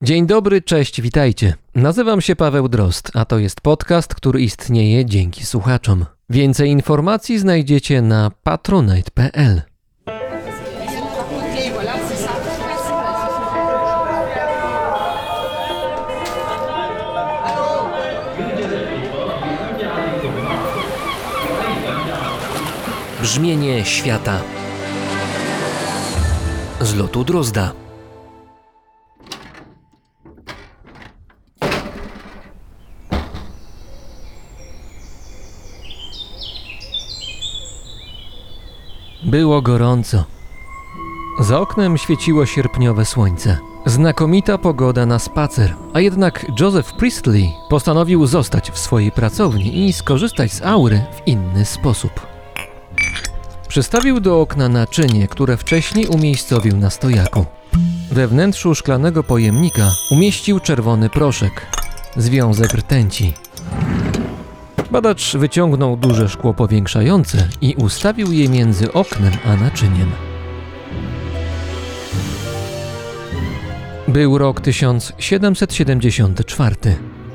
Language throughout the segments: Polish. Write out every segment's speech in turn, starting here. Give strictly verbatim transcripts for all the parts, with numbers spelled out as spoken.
Dzień dobry, cześć, witajcie. Nazywam się Paweł Drozd, a to jest podcast, który istnieje dzięki słuchaczom. Więcej informacji znajdziecie na patronite kropka p l. Brzmienie świata z lotu Drozda. Było gorąco. Za oknem świeciło sierpniowe słońce. Znakomita pogoda na spacer, a jednak Joseph Priestley postanowił zostać w swojej pracowni i skorzystać z aury w inny sposób. Przystawił do okna naczynie, które wcześniej umiejscowił na stojaku. We wnętrzu szklanego pojemnika umieścił czerwony proszek, związek rtęci. Badacz wyciągnął duże szkło powiększające i ustawił je między oknem a naczyniem. Był rok tysiąc siedemset siedemdziesiąty czwarty.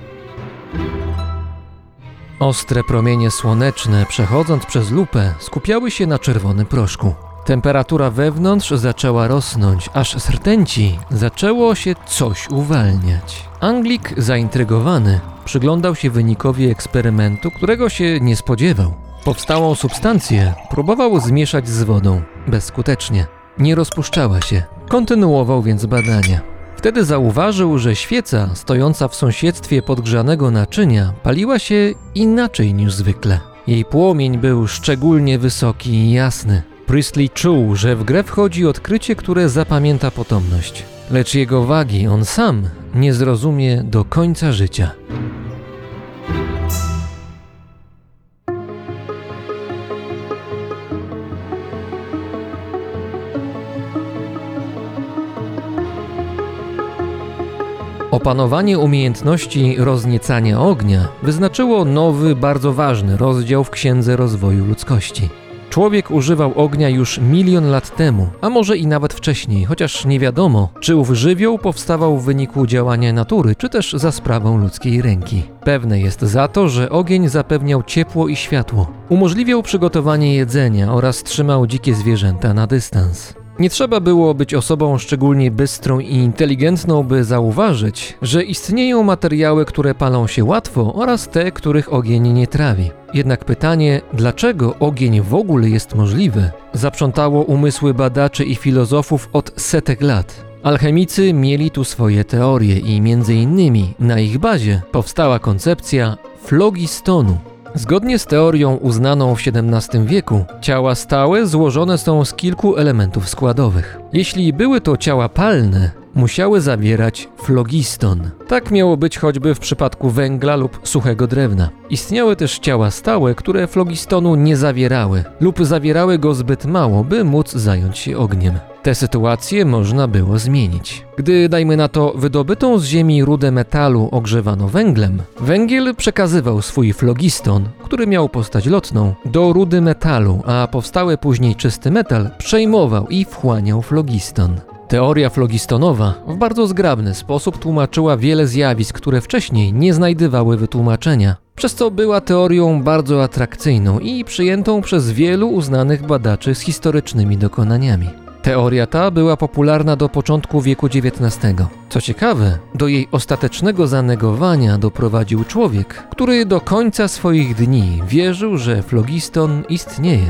Ostre promienie słoneczne, przechodząc przez lupę, skupiały się na czerwonym proszku. Temperatura wewnątrz zaczęła rosnąć, aż z rtęci zaczęło się coś uwalniać. Anglik, zaintrygowany, przyglądał się wynikowi eksperymentu, którego się nie spodziewał. Powstałą substancję próbował zmieszać z wodą, bezskutecznie. Nie rozpuszczała się. Kontynuował więc badania. Wtedy zauważył, że świeca stojąca w sąsiedztwie podgrzanego naczynia paliła się inaczej niż zwykle. Jej płomień był szczególnie wysoki i jasny. Priestley czuł, że w grę wchodzi odkrycie, które zapamięta potomność. Lecz jego wagi on sam nie zrozumie do końca życia. Opanowanie umiejętności rozniecania ognia wyznaczyło nowy, bardzo ważny rozdział w księdze rozwoju ludzkości. Człowiek używał ognia już milion lat temu, a może i nawet wcześniej, chociaż nie wiadomo, czy ów żywioł powstawał w wyniku działania natury, czy też za sprawą ludzkiej ręki. Pewne jest za to, że ogień zapewniał ciepło i światło, umożliwiał przygotowanie jedzenia oraz trzymał dzikie zwierzęta na dystans. Nie trzeba było być osobą szczególnie bystrą i inteligentną, by zauważyć, że istnieją materiały, które palą się łatwo oraz te, których ogień nie trawi. Jednak pytanie, dlaczego ogień w ogóle jest możliwy, zaprzątało umysły badaczy i filozofów od setek lat. Alchemicy mieli tu swoje teorie i między innymi na ich bazie powstała koncepcja flogistonu. Zgodnie z teorią uznaną w siedemnastym wieku, ciała stałe złożone są z kilku elementów składowych. Jeśli były to ciała palne, musiały zawierać flogiston. Tak miało być choćby w przypadku węgla lub suchego drewna. Istniały też ciała stałe, które flogistonu nie zawierały lub zawierały go zbyt mało, by móc zająć się ogniem. Tę sytuację można było zmienić. Gdy, dajmy na to, wydobytą z ziemi rudę metalu ogrzewano węglem, węgiel przekazywał swój flogiston, który miał postać lotną, do rudy metalu, a powstały później czysty metal przejmował i wchłaniał flogiston. Teoria flogistonowa w bardzo zgrabny sposób tłumaczyła wiele zjawisk, które wcześniej nie znajdywały wytłumaczenia, przez co była teorią bardzo atrakcyjną i przyjętą przez wielu uznanych badaczy z historycznymi dokonaniami. Teoria ta była popularna do początku wieku dziewiętnastego. Co ciekawe, do jej ostatecznego zanegowania doprowadził człowiek, który do końca swoich dni wierzył, że flogiston istnieje.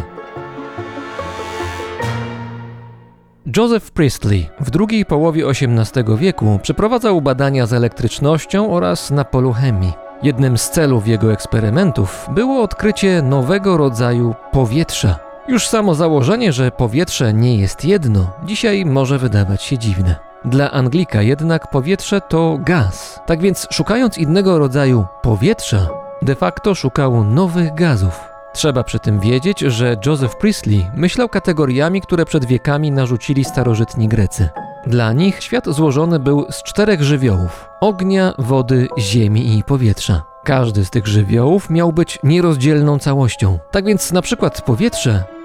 Joseph Priestley w drugiej połowie osiemnastego wieku przeprowadzał badania z elektrycznością oraz na polu chemii. Jednym z celów jego eksperymentów było odkrycie nowego rodzaju powietrza. Już samo założenie, że powietrze nie jest jedno, dzisiaj może wydawać się dziwne. Dla Anglika jednak powietrze to gaz. Tak więc szukając innego rodzaju powietrza, de facto szukał nowych gazów. Trzeba przy tym wiedzieć, że Joseph Priestley myślał kategoriami, które przed wiekami narzucili starożytni Grecy. Dla nich świat złożony był z czterech żywiołów: ognia, wody, ziemi i powietrza. Każdy z tych żywiołów miał być nierozdzielną całością. Tak więc na przykład powietrze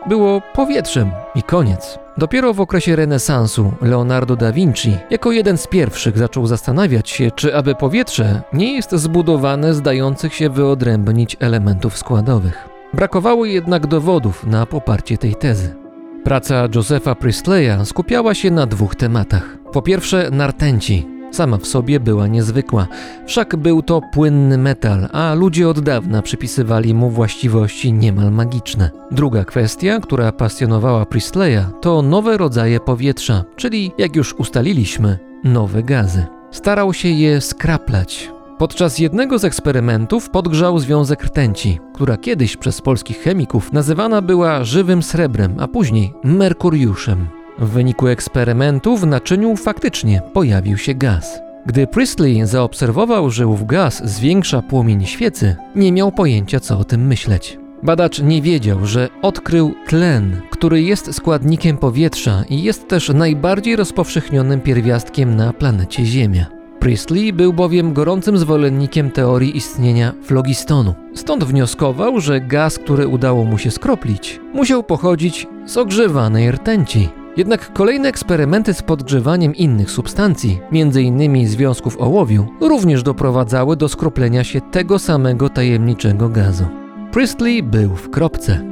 było powietrzem i koniec. Dopiero w okresie renesansu Leonardo da Vinci jako jeden z pierwszych zaczął zastanawiać się, czy aby powietrze nie jest zbudowane z dających się wyodrębnić elementów składowych. Brakowało jednak dowodów na poparcie tej tezy. Praca Josepha Priestleya skupiała się na dwóch tematach. Po pierwsze na rtęci. Sama w sobie była niezwykła, wszak był to płynny metal, a ludzie od dawna przypisywali mu właściwości niemal magiczne. Druga kwestia, która pasjonowała Priestleya, to nowe rodzaje powietrza, czyli, jak już ustaliliśmy, nowe gazy. Starał się je skraplać. Podczas jednego z eksperymentów podgrzał związek rtęci, która kiedyś przez polskich chemików nazywana była żywym srebrem, a później merkuriuszem. W wyniku eksperymentu w naczyniu faktycznie pojawił się gaz. Gdy Priestley zaobserwował, że ów gaz zwiększa płomień świecy, nie miał pojęcia, co o tym myśleć. Badacz nie wiedział, że odkrył tlen, który jest składnikiem powietrza i jest też najbardziej rozpowszechnionym pierwiastkiem na planecie Ziemia. Priestley był bowiem gorącym zwolennikiem teorii istnienia flogistonu. Stąd wnioskował, że gaz, który udało mu się skroplić, musiał pochodzić z ogrzewanej rtęci. Jednak kolejne eksperymenty z podgrzewaniem innych substancji, między innymi związków ołowiu, również doprowadzały do skroplenia się tego samego tajemniczego gazu. Priestley był w kropce.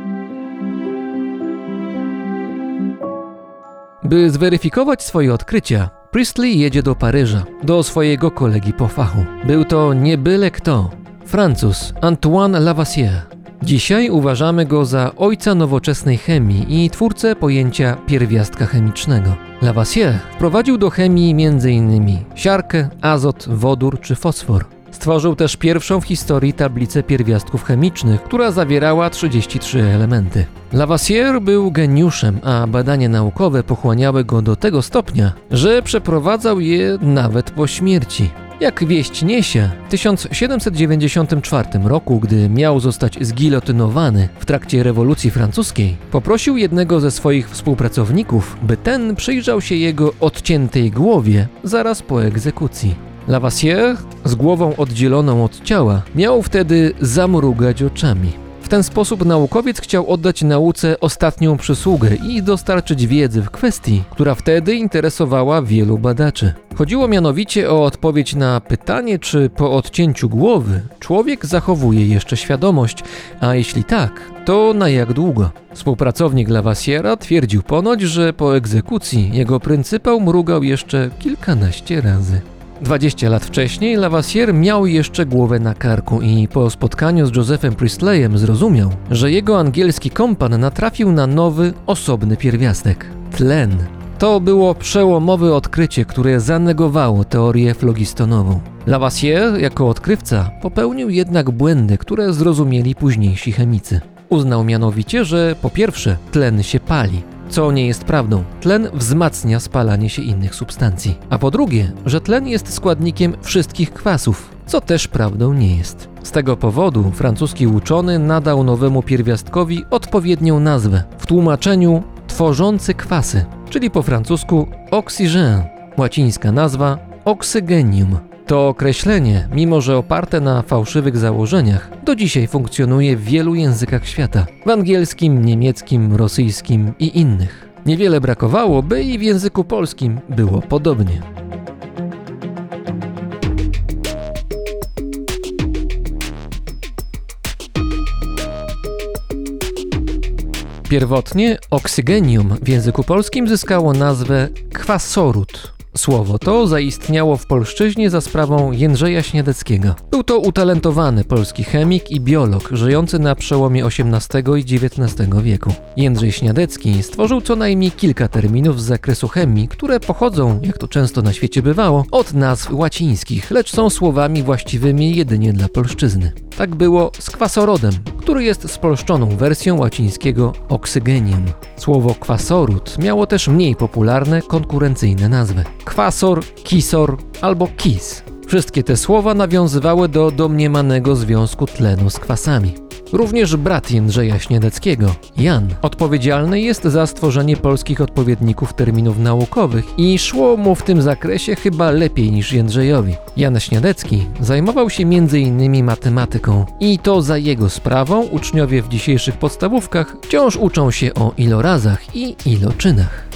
By zweryfikować swoje odkrycia, Priestley jedzie do Paryża, do swojego kolegi po fachu. Był to nie byle kto, Francuz Antoine Lavoisier. Dzisiaj uważamy go za ojca nowoczesnej chemii i twórcę pojęcia pierwiastka chemicznego. Lavoisier wprowadził do chemii między innymi siarkę, azot, wodór czy fosfor. Stworzył też pierwszą w historii tablicę pierwiastków chemicznych, która zawierała trzydzieści trzy elementy. Lavoisier był geniuszem, a badania naukowe pochłaniały go do tego stopnia, że przeprowadzał je nawet po śmierci. Jak wieść niesie, w tysiąc siedemset dziewięćdziesiątym czwartym roku, gdy miał zostać zgilotynowany w trakcie rewolucji francuskiej, poprosił jednego ze swoich współpracowników, by ten przyjrzał się jego odciętej głowie zaraz po egzekucji. Lavoisier, z głową oddzieloną od ciała, miał wtedy zamrugać oczami. W ten sposób naukowiec chciał oddać nauce ostatnią przysługę i dostarczyć wiedzy w kwestii, która wtedy interesowała wielu badaczy. Chodziło mianowicie o odpowiedź na pytanie, czy po odcięciu głowy człowiek zachowuje jeszcze świadomość, a jeśli tak, to na jak długo. Współpracownik Lavoisiera twierdził ponoć, że po egzekucji jego pryncypał mrugał jeszcze kilkanaście razy. dwadzieścia lat wcześniej Lavoisier miał jeszcze głowę na karku i po spotkaniu z Josephem Priestleyem zrozumiał, że jego angielski kompan natrafił na nowy, osobny pierwiastek – tlen. To było przełomowe odkrycie, które zanegowało teorię flogistonową. Lavoisier jako odkrywca popełnił jednak błędy, które zrozumieli późniejsi chemicy. Uznał mianowicie, że po pierwsze tlen się pali, co nie jest prawdą. Tlen wzmacnia spalanie się innych substancji. A po drugie, że tlen jest składnikiem wszystkich kwasów, co też prawdą nie jest. Z tego powodu francuski uczony nadał nowemu pierwiastkowi odpowiednią nazwę, w tłumaczeniu tworzący kwasy, czyli po francusku oxygène, łacińska nazwa oxygenium. To określenie, mimo że oparte na fałszywych założeniach, do dzisiaj funkcjonuje w wielu językach świata. W angielskim, niemieckim, rosyjskim i innych. Niewiele brakowało, by i w języku polskim było podobnie. Pierwotnie oksygenium w języku polskim zyskało nazwę kwasorud. Słowo to zaistniało w polszczyźnie za sprawą Jędrzeja Śniadeckiego. Był to utalentowany polski chemik i biolog żyjący na przełomie osiemnastego i dziewiętnastego wieku. Jędrzej Śniadecki stworzył co najmniej kilka terminów z zakresu chemii, które pochodzą, jak to często na świecie bywało, od nazw łacińskich, lecz są słowami właściwymi jedynie dla polszczyzny. Tak było z kwasorodem, który jest spolszczoną wersją łacińskiego oksygenium. Słowo kwasorud miało też mniej popularne, konkurencyjne nazwy. Kwasor, kisor albo kis. Wszystkie te słowa nawiązywały do domniemanego związku tlenu z kwasami. Również brat Jędrzeja Śniadeckiego, Jan, odpowiedzialny jest za stworzenie polskich odpowiedników terminów naukowych i szło mu w tym zakresie chyba lepiej niż Jędrzejowi. Jan Śniadecki zajmował się między innymi matematyką i to za jego sprawą uczniowie w dzisiejszych podstawówkach wciąż uczą się o ilorazach i iloczynach.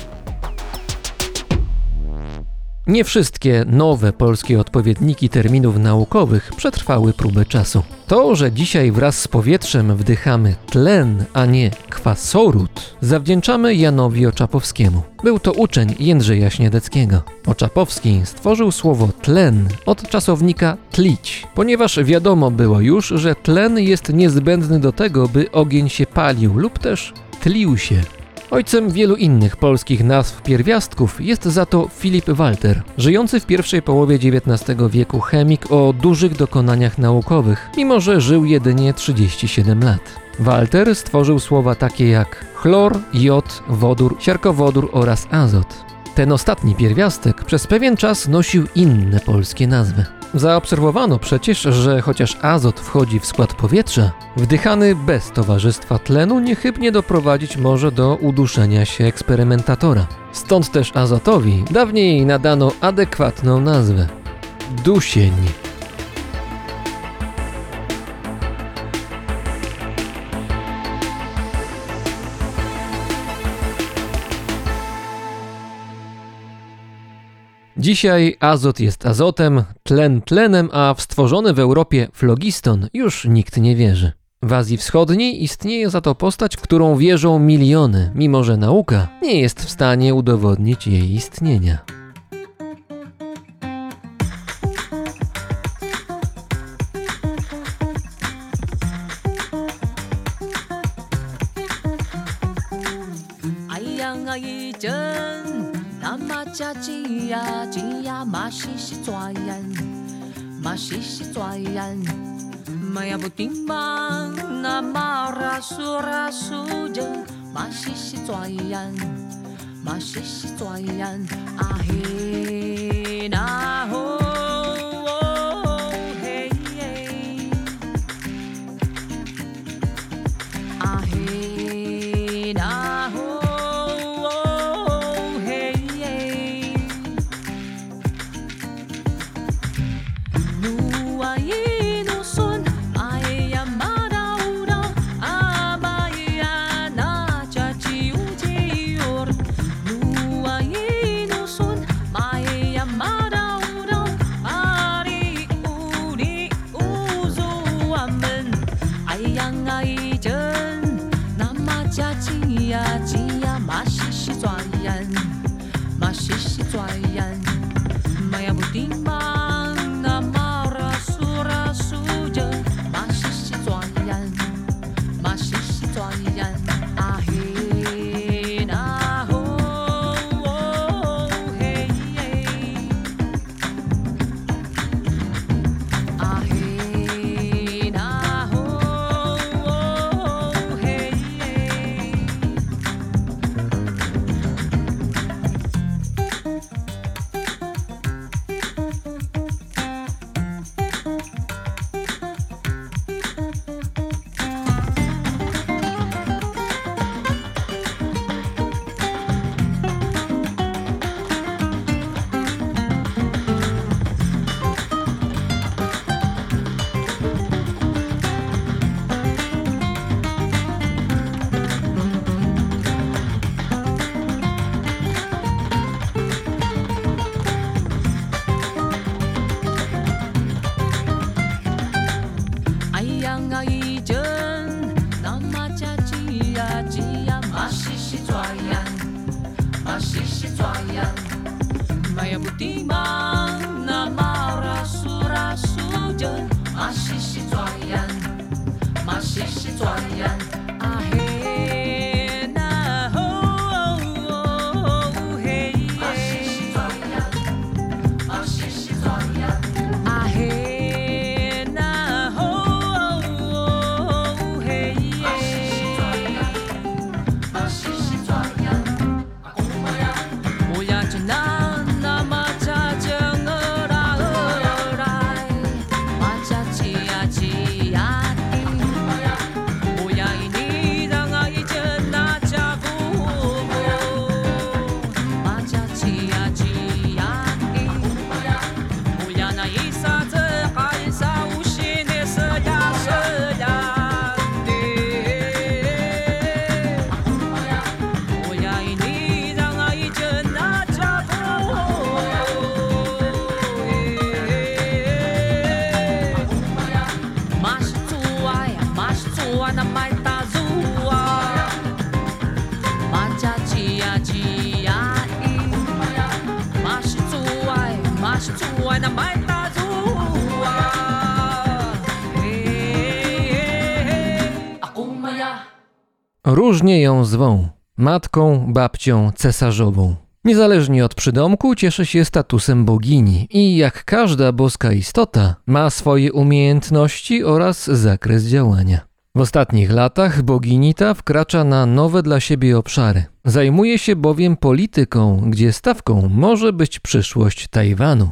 Nie wszystkie nowe polskie odpowiedniki terminów naukowych przetrwały próbę czasu. To, że dzisiaj wraz z powietrzem wdychamy tlen, a nie kwasorud, zawdzięczamy Janowi Oczapowskiemu. Był to uczeń Jędrzeja Śniadeckiego. Oczapowski stworzył słowo tlen od czasownika tlić, ponieważ wiadomo było już, że tlen jest niezbędny do tego, by ogień się palił lub też tlił się. Ojcem wielu innych polskich nazw pierwiastków jest za to Filip Walter, żyjący w pierwszej połowie dziewiętnastego wieku chemik o dużych dokonaniach naukowych, mimo że żył jedynie trzydzieści siedem lat. Walter stworzył słowa takie jak chlor, jod, wodór, siarkowodór oraz azot. Ten ostatni pierwiastek przez pewien czas nosił inne polskie nazwy. Zaobserwowano przecież, że chociaż azot wchodzi w skład powietrza, wdychany bez towarzystwa tlenu niechybnie doprowadzić może do uduszenia się eksperymentatora. Stąd też azotowi dawniej nadano adekwatną nazwę – dusień. Dzisiaj azot jest azotem, tlen tlenem, a w stworzony w Europie flogiston już nikt nie wierzy. W Azji Wschodniej istnieje za to postać, w którą wierzą miliony, mimo że nauka nie jest w stanie udowodnić jej istnienia. 家鸡呀鸡呀嘛西西抓人，嘛西西抓人，Maya butimbang na marasurasu jeng, ma sisi twayan, ma sisi twayan, ahe na ho. Ua na mai ta zua. Hey, hey, hey. Ako maya. Różnie ją zwą. Matką, babcią, cesarzową. Niezależnie od przydomku cieszy się statusem bogini i jak każda boska istota ma swoje umiejętności oraz zakres działania. W ostatnich latach bogini ta wkracza na nowe dla siebie obszary. Zajmuje się bowiem polityką, gdzie stawką może być przyszłość Tajwanu.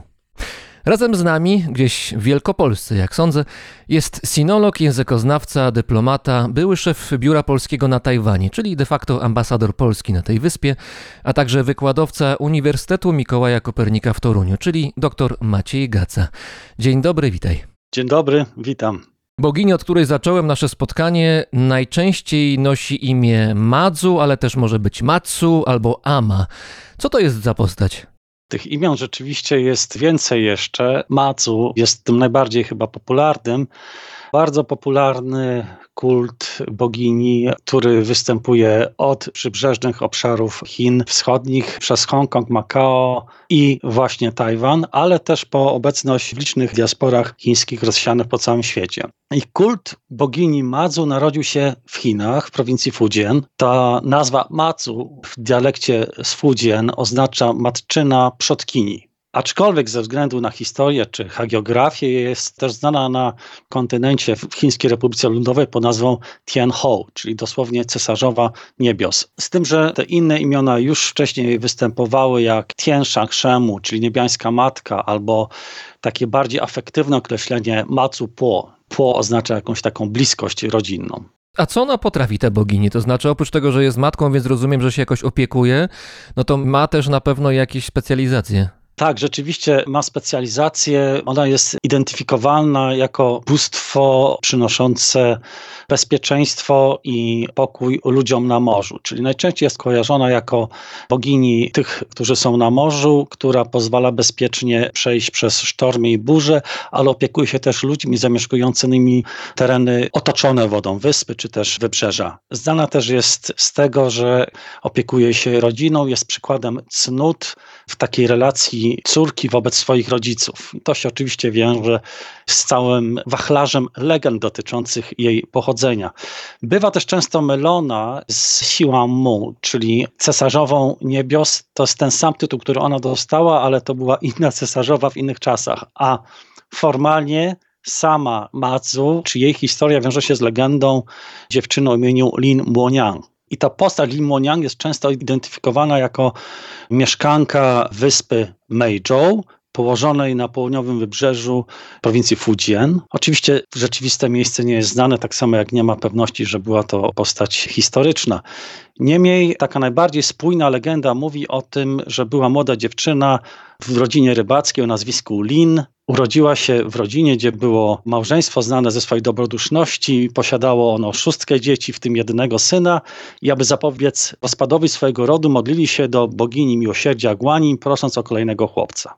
Razem z nami, gdzieś w Wielkopolsce, jak sądzę, jest sinolog, językoznawca, dyplomata, były szef biura polskiego na Tajwanie, czyli de facto ambasador Polski na tej wyspie, a także wykładowca Uniwersytetu Mikołaja Kopernika w Toruniu, czyli dr Maciej Gaca. Dzień dobry, witaj. Dzień dobry, witam. Bogini, od której zacząłem nasze spotkanie, najczęściej nosi imię Madzu, ale też może być Matsu albo Ama. Co to jest za postać? Tych imion rzeczywiście jest więcej jeszcze. Matsu jest tym najbardziej chyba popularnym. Bardzo popularny kult bogini, który występuje od przybrzeżnych obszarów Chin wschodnich, przez Hongkong, Makao i właśnie Tajwan, ale też po obecność w licznych diasporach chińskich rozsianych po całym świecie. I kult bogini Madzu narodził się w Chinach, w prowincji Fujian. Ta nazwa Matsu w dialekcie z Fujian oznacza matczyna przodkini. Aczkolwiek ze względu na historię czy hagiografię jest też znana na kontynencie w Chińskiej Republice Ludowej pod nazwą Tianhou, czyli dosłownie cesarzowa niebios. Z tym, że te inne imiona już wcześniej występowały jak Tian Shangshemu, czyli niebiańska matka, albo takie bardziej afektywne określenie Matsu Po. Po oznacza jakąś taką bliskość rodzinną. A co ona potrafi, ta bogini? To znaczy, oprócz tego, że jest matką, więc rozumiem, że się jakoś opiekuje, no to ma też na pewno jakieś specjalizacje. Tak, rzeczywiście ma specjalizację. Ona jest identyfikowalna jako bóstwo przynoszące bezpieczeństwo i pokój ludziom na morzu. Czyli najczęściej jest kojarzona jako bogini tych, którzy są na morzu, która pozwala bezpiecznie przejść przez sztormy i burze, ale opiekuje się też ludźmi zamieszkującymi tereny otoczone wodą, wyspy czy też wybrzeża. Znana też jest z tego, że opiekuje się rodziną, jest przykładem cnót w takiej relacji córki wobec swoich rodziców. To się oczywiście wiąże z całym wachlarzem legend dotyczących jej pochodzenia. Bywa też często mylona z Siłą Mu, czyli cesarzową niebios. To jest ten sam tytuł, który ona dostała, ale to była inna cesarzowa w innych czasach. A formalnie sama Matsu, czy jej historia wiąże się z legendą dziewczyny o imieniu Lin Muoniang. I ta postać Lin Muoniang jest często identyfikowana jako mieszkanka wyspy Meizhou, położonej na południowym wybrzeżu prowincji Fujian. Oczywiście rzeczywiste miejsce nie jest znane, tak samo jak nie ma pewności, że była to postać historyczna. Niemniej taka najbardziej spójna legenda mówi o tym, że była młoda dziewczyna w rodzinie rybackiej o nazwisku Lin. Urodziła się w rodzinie, gdzie było małżeństwo znane ze swojej dobroduszności, posiadało ono szóstkę dzieci, w tym jednego syna i aby zapobiec rozpadowi swojego rodu modlili się do bogini miłosierdzia Guanyin, prosząc o kolejnego chłopca.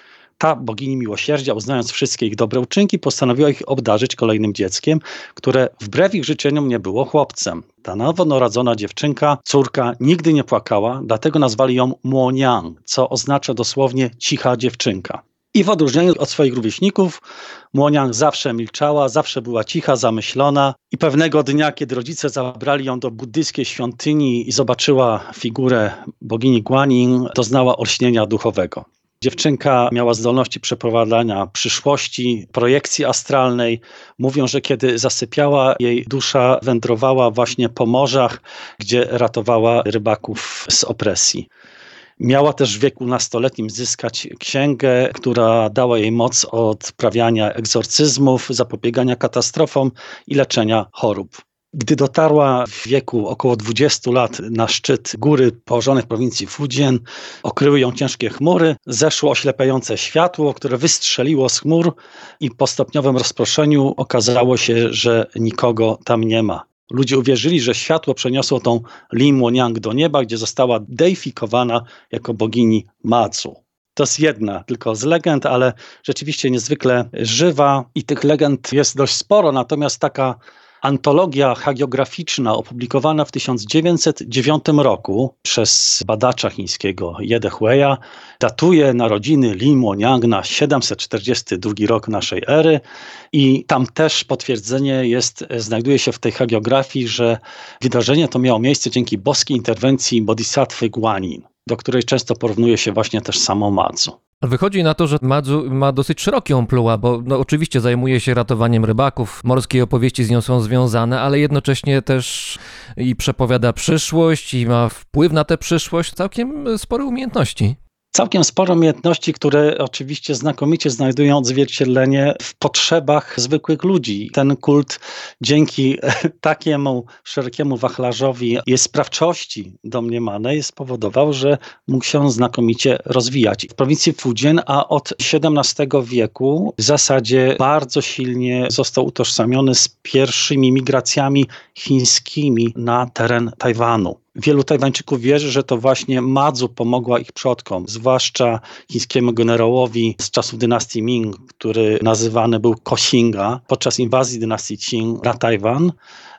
Ta bogini miłosierdzia, uznając wszystkie ich dobre uczynki, postanowiła ich obdarzyć kolejnym dzieckiem, które wbrew ich życzeniom nie było chłopcem. Ta nowonarodzona dziewczynka, córka, nigdy nie płakała, dlatego nazwali ją Muoniang, co oznacza dosłownie cicha dziewczynka. I w odróżnieniu od swoich rówieśników, Muoniang zawsze milczała, zawsze była cicha, zamyślona i pewnego dnia, kiedy rodzice zabrali ją do buddyjskiej świątyni i zobaczyła figurę bogini Guanyin, doznała olśnienia duchowego. Dziewczynka miała zdolności przeprowadzania przyszłości, projekcji astralnej. Mówią, że kiedy zasypiała, jej dusza wędrowała właśnie po morzach, gdzie ratowała rybaków z opresji. Miała też w wieku nastoletnim zyskać księgę, która dała jej moc odprawiania egzorcyzmów, zapobiegania katastrofom i leczenia chorób. Gdy dotarła w wieku około dwudziestu lat na szczyt góry położonej w prowincji Fujian, okryły ją ciężkie chmury, zeszło oślepiające światło, które wystrzeliło z chmur i po stopniowym rozproszeniu okazało się, że nikogo tam nie ma. Ludzie uwierzyli, że światło przeniosło tą Lin Muoniang do nieba, gdzie została deifikowana jako bogini Matsu. To jest jedna tylko z legend, ale rzeczywiście niezwykle żywa i tych legend jest dość sporo, natomiast taka Antologia hagiograficzna opublikowana w tysiąc dziewięćset dziewiątym roku przez badacza chińskiego Jede Hueya datuje narodziny Li Moniang na siedemset czterdziesty drugi rok naszej ery i tam też potwierdzenie jest, znajduje się w tej hagiografii, że wydarzenie to miało miejsce dzięki boskiej interwencji Bodhisattwy Guanyin, do której często porównuje się właśnie też samą Madzu. Wychodzi na to, że Madzu ma dosyć szerokie amplua, bo no, oczywiście zajmuje się ratowaniem rybaków, morskie opowieści z nią są związane, ale jednocześnie też i przepowiada przyszłość i ma wpływ na tę przyszłość, całkiem spore umiejętności. Całkiem sporo umiejętności, które oczywiście znakomicie znajdują odzwierciedlenie w potrzebach zwykłych ludzi. Ten kult dzięki takiemu szerokiemu wachlarzowi jej sprawczości domniemanej spowodował, że mógł się znakomicie rozwijać. W prowincji Fujian, a od siedemnastego wieku w zasadzie bardzo silnie został utożsamiony z pierwszymi migracjami chińskimi na teren Tajwanu. Wielu Tajwańczyków wierzy, że to właśnie Madzu pomogła ich przodkom, zwłaszcza chińskiemu generałowi z czasów dynastii Ming, który nazywany był Koxinga podczas inwazji dynastii Qing na Tajwan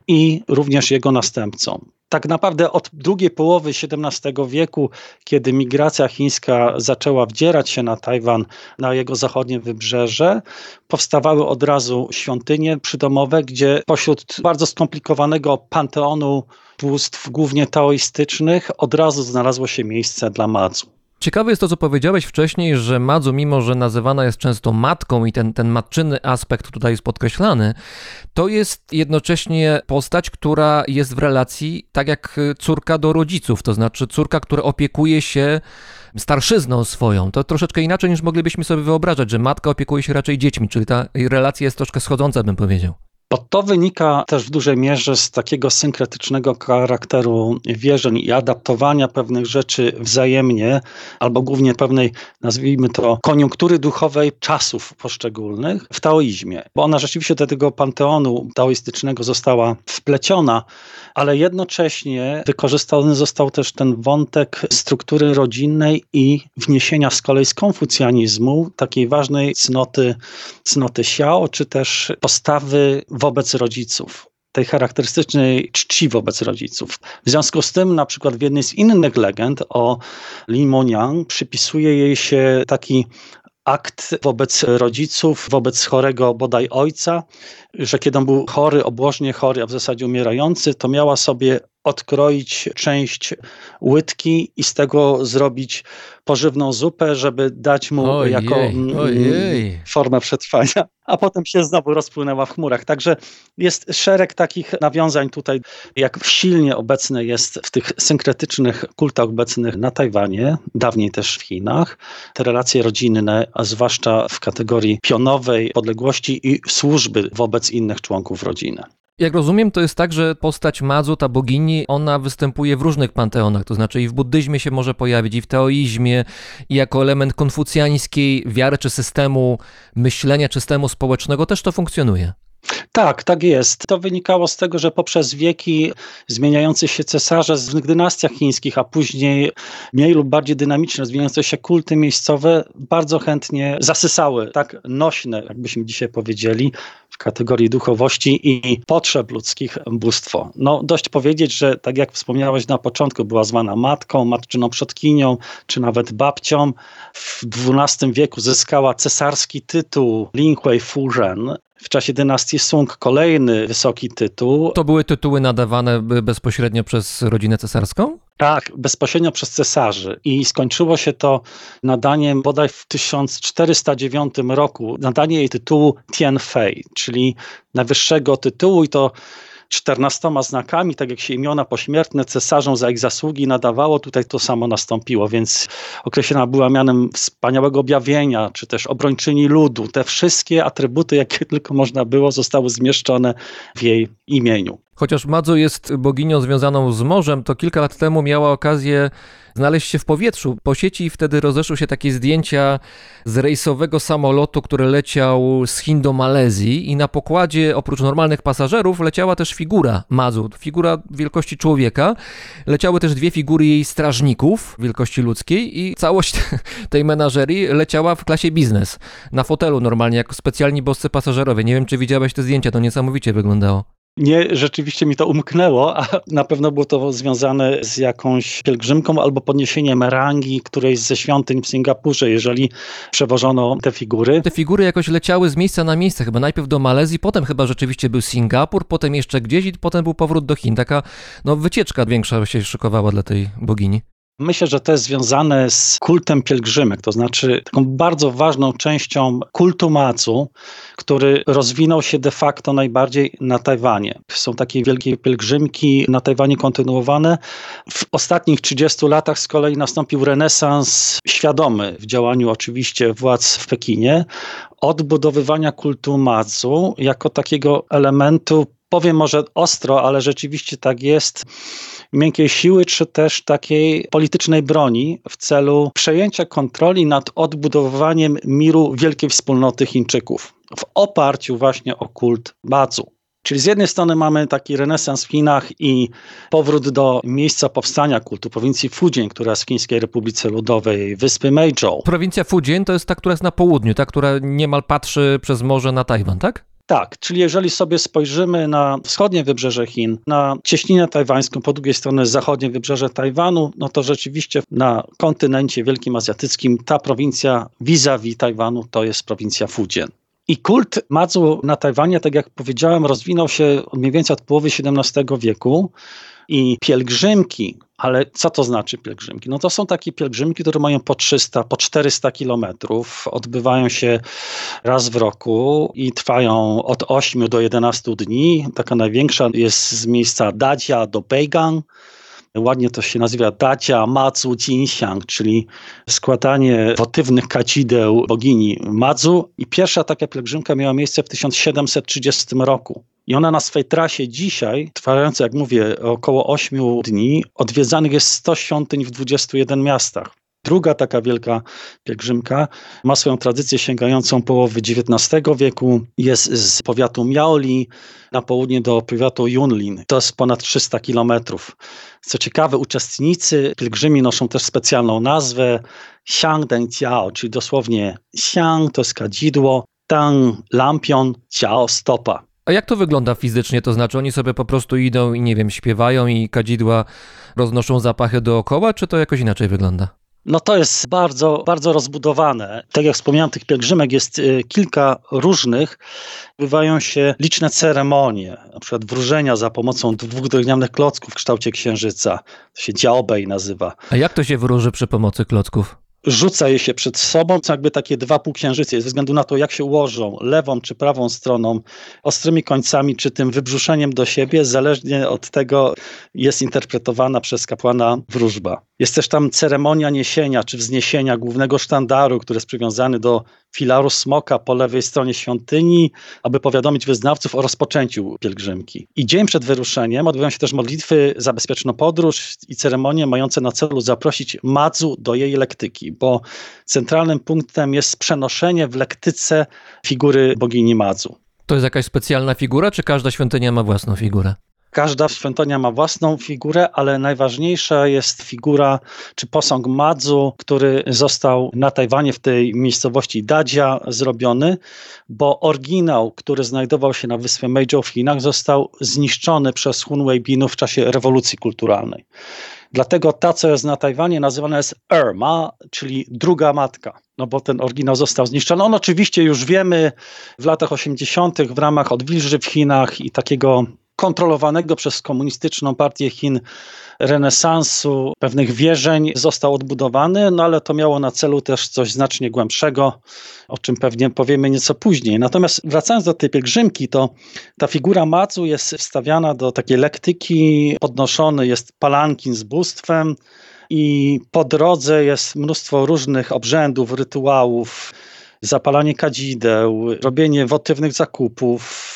i również jego następcom. Tak naprawdę od drugiej połowy siedemnastego wieku, kiedy migracja chińska zaczęła wdzierać się na Tajwan, na jego zachodnie wybrzeże, powstawały od razu świątynie przydomowe, gdzie pośród bardzo skomplikowanego panteonu bóstw, głównie taoistycznych, od razu znalazło się miejsce dla Madzu. Ciekawe jest to, co powiedziałeś wcześniej, że Madzu, mimo że nazywana jest często matką i ten, ten matczyny aspekt tutaj jest podkreślany, to jest jednocześnie postać, która jest w relacji tak jak córka do rodziców, to znaczy córka, która opiekuje się starszyzną swoją. To troszeczkę inaczej niż moglibyśmy sobie wyobrażać, że matka opiekuje się raczej dziećmi, czyli ta relacja jest troszkę schodząca, bym powiedział. Bo to wynika też w dużej mierze z takiego synkretycznego charakteru wierzeń i adaptowania pewnych rzeczy wzajemnie, albo głównie pewnej, nazwijmy to, koniunktury duchowej czasów poszczególnych w taoizmie. Bo ona rzeczywiście do tego panteonu taoistycznego została wpleciona, ale jednocześnie wykorzystany został też ten wątek struktury rodzinnej i wniesienia z kolei z konfucjanizmu takiej ważnej cnoty, cnoty Xiao, czy też postawy wobec rodziców, tej charakterystycznej czci wobec rodziców. W związku z tym na przykład w jednej z innych legend o Li Moniang przypisuje jej się taki akt wobec rodziców, wobec chorego bodaj ojca, że kiedy on był chory, obłożnie chory, a w zasadzie umierający, to miała sobie odkroić część łydki i z tego zrobić pożywną zupę, żeby dać mu Ojej, jako ojej. formę przetrwania, a potem się znowu rozpłynęła w chmurach. Także jest szereg takich nawiązań tutaj, jak silnie obecne jest w tych synkretycznych kultach obecnych na Tajwanie, dawniej też w Chinach, te relacje rodzinne, a zwłaszcza w kategorii pionowej podległości i służby wobec innych członków rodziny. Jak rozumiem, to jest tak, że postać Madzu, ta bogini, ona występuje w różnych panteonach, to znaczy i w buddyzmie się może pojawić, i w taoizmie, i jako element konfucjańskiej wiary, czy systemu myślenia, czy systemu społecznego też to funkcjonuje. Tak, tak jest. To wynikało z tego, że poprzez wieki zmieniający się cesarze w dynastiach chińskich, a później mniej lub bardziej dynamicznie rozwijające się kulty miejscowe bardzo chętnie zasysały tak nośne, jakbyśmy dzisiaj powiedzieli, w kategorii duchowości i potrzeb ludzkich bóstwo. No dość powiedzieć, że tak jak wspomniałeś na początku, była zwana matką, matczyną przodkinią, czy nawet babcią. W dwunastym wieku zyskała cesarski tytuł Linghui Fuzhen. W czasie dynastii Sung kolejny wysoki tytuł. To były tytuły nadawane bezpośrednio przez rodzinę cesarską? Tak, bezpośrednio przez cesarzy i skończyło się to nadaniem bodaj w tysiąc czterysta dziewiątym roku, nadanie jej tytułu Tianfei, czyli najwyższego tytułu i to czternastoma znakami, tak jak się imiona pośmiertne cesarzom za ich zasługi nadawało, tutaj to samo nastąpiło, więc określona była mianem wspaniałego objawienia, czy też obrończyni ludu. Te wszystkie atrybuty, jakie tylko można było, zostały zmieszczone w jej imieniu. Chociaż Madzu jest boginią związaną z morzem, to kilka lat temu miała okazję znaleźć się w powietrzu. Po sieci wtedy rozeszły się takie zdjęcia z rejsowego samolotu, który leciał z Chin do Malezji i na pokładzie oprócz normalnych pasażerów leciała też figura Madzu, figura wielkości człowieka. Leciały też dwie figury jej strażników wielkości ludzkiej i całość tej menażerii leciała w klasie biznes. Na fotelu normalnie, jako specjalni boscy pasażerowie. Nie wiem, czy widziałeś te zdjęcia, to niesamowicie wyglądało. Nie, rzeczywiście mi to umknęło, a na pewno było to związane z jakąś pielgrzymką albo podniesieniem rangi którejś ze świątyń w Singapurze, jeżeli przewożono te figury. Te figury jakoś leciały z miejsca na miejsce, chyba najpierw do Malezji, potem chyba rzeczywiście był Singapur, potem jeszcze gdzieś i potem był powrót do Chin. Taka no, wycieczka większa się szykowała dla tej bogini. Myślę, że to jest związane z kultem pielgrzymek, to znaczy taką bardzo ważną częścią kultu Mazu, który rozwinął się de facto najbardziej na Tajwanie. Są takie wielkie pielgrzymki na Tajwanie kontynuowane. W ostatnich trzydziestu latach z kolei nastąpił renesans świadomy w działaniu oczywiście władz w Pekinie, odbudowywania kultu Mazu jako takiego elementu, powiem może ostro, ale rzeczywiście tak jest, miękkiej siły, czy też takiej politycznej broni w celu przejęcia kontroli nad odbudowywaniem miru wielkiej wspólnoty Chińczyków w oparciu właśnie o kult Mazu. Czyli z jednej strony mamy taki renesans w Chinach i powrót do miejsca powstania kultu, prowincji Fujian, która jest w Chińskiej Republice Ludowej, wyspy Meizhou. Prowincja Fujian to jest ta, która jest na południu, ta, która niemal patrzy przez morze na Tajwan, tak? Tak, czyli jeżeli sobie spojrzymy na wschodnie wybrzeże Chin, na cieśninę tajwańską, po drugiej stronie zachodnie wybrzeże Tajwanu, no to rzeczywiście na kontynencie wielkim azjatyckim ta prowincja vis-a-vis Tajwanu to jest prowincja Fujian. I kult Mazu na Tajwanie, tak jak powiedziałem, rozwinął się mniej więcej od połowy siedemnastego wieku i pielgrzymki, ale co to znaczy pielgrzymki? No to są takie pielgrzymki, które mają po trzysta, po czterysta kilometrów, odbywają się raz w roku i trwają od ośmiu do jedenastu dni. Taka największa jest z miejsca Dajia do Beigang. Ładnie to się nazywa Dajia Mazu Jinxiang, czyli składanie wotywnych kadzideł bogini Mazu. I pierwsza taka pielgrzymka miała miejsce w tysiąc siedemset trzydziestym roku. I ona na swej trasie dzisiaj, trwającej, jak mówię, około ośmiu dni, odwiedzanych jest sto świątyń w dwudziestu jeden miastach. Druga taka wielka pielgrzymka ma swoją tradycję sięgającą połowy dziewiętnastego wieku. Jest z powiatu Miaoli na południe do powiatu Yunlin. To jest ponad trzysta kilometrów. Co ciekawe, uczestnicy pielgrzymi noszą też specjalną nazwę Xiangdeng Jiao, czyli dosłownie Xiang to jest kadzidło, Deng lampion, Jiao stopa. A jak to wygląda fizycznie? To znaczy oni sobie po prostu idą i nie wiem, śpiewają i kadzidła roznoszą zapachy dookoła, czy to jakoś inaczej wygląda? No to jest bardzo, bardzo rozbudowane. Tak jak wspomniałem, tych pielgrzymek jest kilka różnych. Bywają się liczne ceremonie, na przykład wróżenia za pomocą dwóch drewnianych klocków w kształcie księżyca. To się Jiaobei nazywa. A jak to się wróży przy pomocy klocków? Rzuca je się przed sobą, co jakby takie dwa półksiężyce, ze względu na to, jak się ułożą lewą czy prawą stroną, ostrymi końcami, czy tym wybrzuszeniem do siebie, zależnie od tego jest interpretowana przez kapłana wróżba. Jest też tam ceremonia niesienia czy wzniesienia głównego sztandaru, który jest przywiązany do filaru smoka po lewej stronie świątyni, aby powiadomić wyznawców o rozpoczęciu pielgrzymki. I dzień przed wyruszeniem odbywają się też modlitwy za bezpieczną podróż i ceremonie mające na celu zaprosić Mazu do jej lektyki, bo centralnym punktem jest przenoszenie w lektyce figury bogini Mazu. To jest jakaś specjalna figura, czy każda świątynia ma własną figurę? Każda świątynia ma własną figurę, ale najważniejsza jest figura czy posąg Mazu, który został na Tajwanie w tej miejscowości Dajia zrobiony, bo oryginał, który znajdował się na wyspie Meizhou w Chinach, został zniszczony przez Hun Weibinów w czasie rewolucji kulturalnej. Dlatego ta, co jest na Tajwanie, nazywana jest Erma, czyli druga matka, no bo ten oryginał został zniszczony. On oczywiście już wiemy w latach osiemdziesiątych w ramach odwilży w Chinach i takiego kontrolowanego przez komunistyczną partię Chin renesansu pewnych wierzeń został odbudowany, no ale to miało na celu też coś znacznie głębszego, o czym pewnie powiemy nieco później. Natomiast wracając do tej pielgrzymki, to ta figura Mazu jest wstawiana do takiej lektyki, podnoszony jest palankin z bóstwem i po drodze jest mnóstwo różnych obrzędów, rytuałów, zapalanie kadzideł, robienie wotywnych zakupów,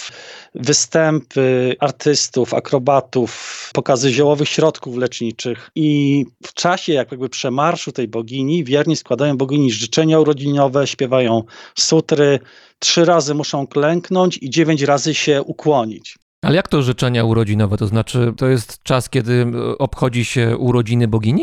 występy artystów, akrobatów, pokazy ziołowych środków leczniczych i w czasie jakby przemarszu tej bogini wierni składają bogini życzenia urodziniowe, śpiewają sutry, trzy razy muszą klęknąć i dziewięć razy się ukłonić. Ale jak to życzenia urodzinowe? To znaczy to jest czas, kiedy obchodzi się urodziny bogini?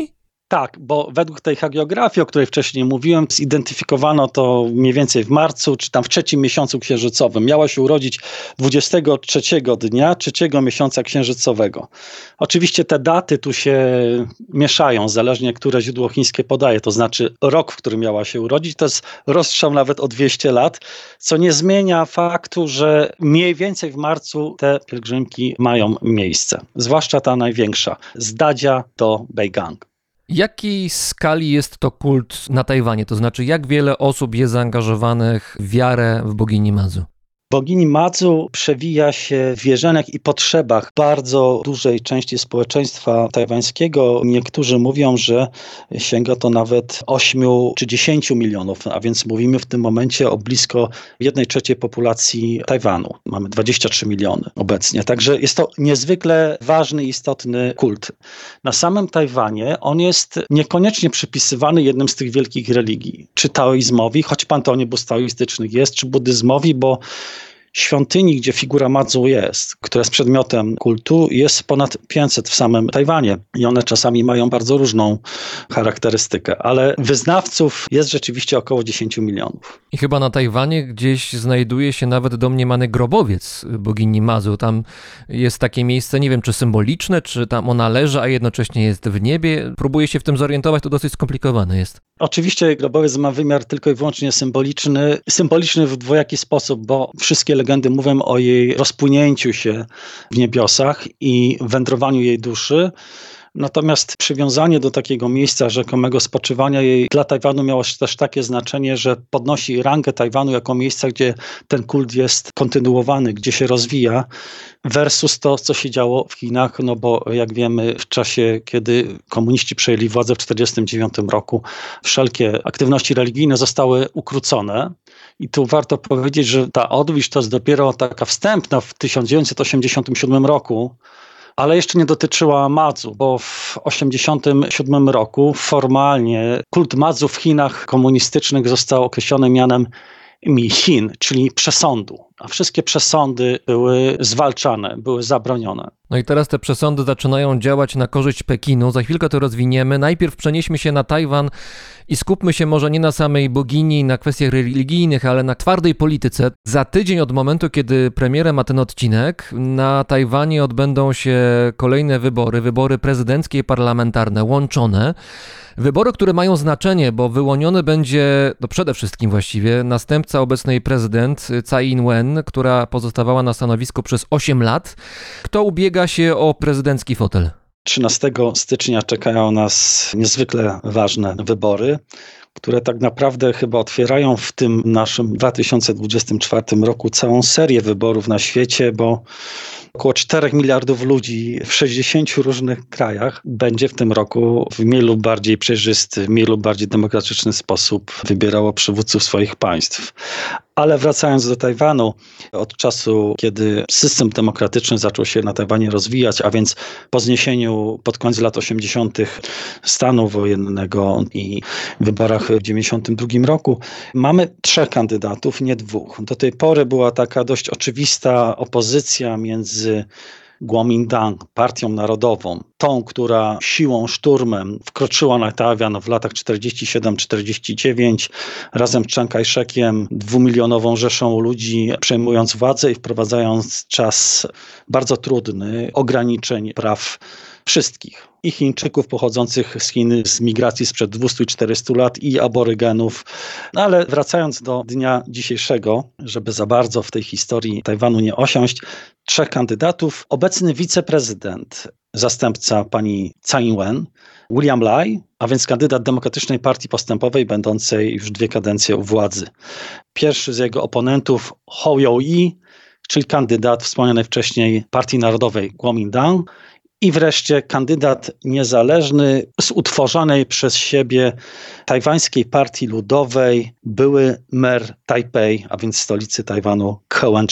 Tak, bo według tej hagiografii, o której wcześniej mówiłem, zidentyfikowano to mniej więcej w marcu, czy tam w trzecim miesiącu księżycowym. Miała się urodzić dwudziestego trzeciego dnia, trzeciego miesiąca księżycowego. Oczywiście te daty tu się mieszają, zależnie które źródło chińskie podaje, to znaczy rok, w którym miała się urodzić, to jest rozstrzał nawet o dwieście lat, co nie zmienia faktu, że mniej więcej w marcu te pielgrzymki mają miejsce. Zwłaszcza ta największa, z Dadzia do Beigang. Jakiej skali jest to kult na Tajwanie? To znaczy, jak wiele osób jest zaangażowanych w wiarę w bogini Mazu? Bogini Madzu przewija się w wierzeniach i potrzebach bardzo dużej części społeczeństwa tajwańskiego. Niektórzy mówią, że sięga to nawet ośmiu czy dziesięciu milionów, a więc mówimy w tym momencie o blisko jednej trzeciej populacji Tajwanu. Mamy dwadzieścia trzy miliony obecnie, także jest to niezwykle ważny, istotny kult. Na samym Tajwanie on jest niekoniecznie przypisywany jednym z tych wielkich religii, czy taoizmowi, choć w panteonie bóstw taoistycznych jest, czy buddyzmowi, bo świątyni, gdzie figura Madzu jest, która jest przedmiotem kultu, jest ponad pięćset w samym Tajwanie i one czasami mają bardzo różną charakterystykę, ale wyznawców jest rzeczywiście około dziesięć milionów. I chyba na Tajwanie gdzieś znajduje się nawet domniemany grobowiec bogini Mazu. Tam jest takie miejsce, nie wiem czy symboliczne, czy tam ona leży, a jednocześnie jest w niebie. Próbuję się w tym zorientować, to dosyć skomplikowane jest. Oczywiście grobowiec ma wymiar tylko i wyłącznie symboliczny. Symboliczny w dwojaki sposób, bo wszystkie legendy mówią o jej rozpłynięciu się w niebiosach i wędrowaniu jej duszy. Natomiast przywiązanie do takiego miejsca rzekomego spoczywania jej dla Tajwanu miało też takie znaczenie, że podnosi rangę Tajwanu jako miejsca, gdzie ten kult jest kontynuowany, gdzie się rozwija, versus to, co się działo w Chinach, no bo jak wiemy w czasie, kiedy komuniści przejęli władzę w tysiąc dziewięćset czterdziestym dziewiątym roku, wszelkie aktywności religijne zostały ukrócone. I tu warto powiedzieć, że ta odwilż to jest dopiero taka wstępna w tysiąc dziewięćset osiemdziesiątym siódmym roku, ale jeszcze nie dotyczyła Madzu, bo w tysiąc dziewięćset osiemdziesiątym siódmym roku formalnie kult Madzu w Chinach komunistycznych został określony mianem Mi-Chin, czyli przesądu, a wszystkie przesądy były zwalczane, były zabronione. No i teraz te przesądy zaczynają działać na korzyść Pekinu. Za chwilkę to rozwiniemy. Najpierw przenieśmy się na Tajwan i skupmy się może nie na samej bogini, na kwestiach religijnych, ale na twardej polityce. Za tydzień od momentu, kiedy premierem ma ten odcinek, na Tajwanie odbędą się kolejne wybory, wybory prezydenckie i parlamentarne łączone. Wybory, które mają znaczenie, bo wyłoniony będzie, no przede wszystkim właściwie, następca obecnej prezydent Tsai Ing-wen, która pozostawała na stanowisku przez osiem lat. Kto ubiega się o prezydencki fotel? trzynastego stycznia czekają nas niezwykle ważne wybory, które tak naprawdę chyba otwierają w tym naszym dwa tysiące dwudziestym czwartym roku całą serię wyborów na świecie, bo około czterech miliardów ludzi w sześćdziesięciu różnych krajach będzie w tym roku w mniej lub bardziej przejrzysty, w mniej lub bardziej demokratyczny sposób wybierało przywódców swoich państw. Ale wracając do Tajwanu, od czasu, kiedy system demokratyczny zaczął się na Tajwanie rozwijać, a więc po zniesieniu pod koniec lat osiemdziesiątych stanu wojennego i wyborach w dziewięćdziesiątym drugim roku, mamy trzech kandydatów, nie dwóch. Do tej pory była taka dość oczywista opozycja między Kuomintang, partią narodową, tą, która siłą, szturmem wkroczyła na Tajwan w latach czterdziestym siódmym czterdziestym dziewiątym razem z Chiang Kai-shekiem, dwumilionową rzeszą ludzi, przejmując władzę i wprowadzając czas bardzo trudny ograniczeń praw wszystkich. I Chińczyków pochodzących z Chin z migracji sprzed dwustu i czterystu lat i aborygenów. No ale wracając do dnia dzisiejszego, żeby za bardzo w tej historii Tajwanu nie osiąść, trzech kandydatów. Obecny wiceprezydent, zastępca pani Tsai Ing-wen, William Lai, a więc kandydat Demokratycznej Partii Postępowej, będącej już dwie kadencje u władzy. Pierwszy z jego oponentów, Hou You-i, czyli kandydat wspomnianej wcześniej Partii Narodowej Kuomintang. I wreszcie kandydat niezależny z utworzonej przez siebie tajwańskiej partii ludowej, były mer Tajpej, a więc stolicy Tajwanu, Kou Wen-je.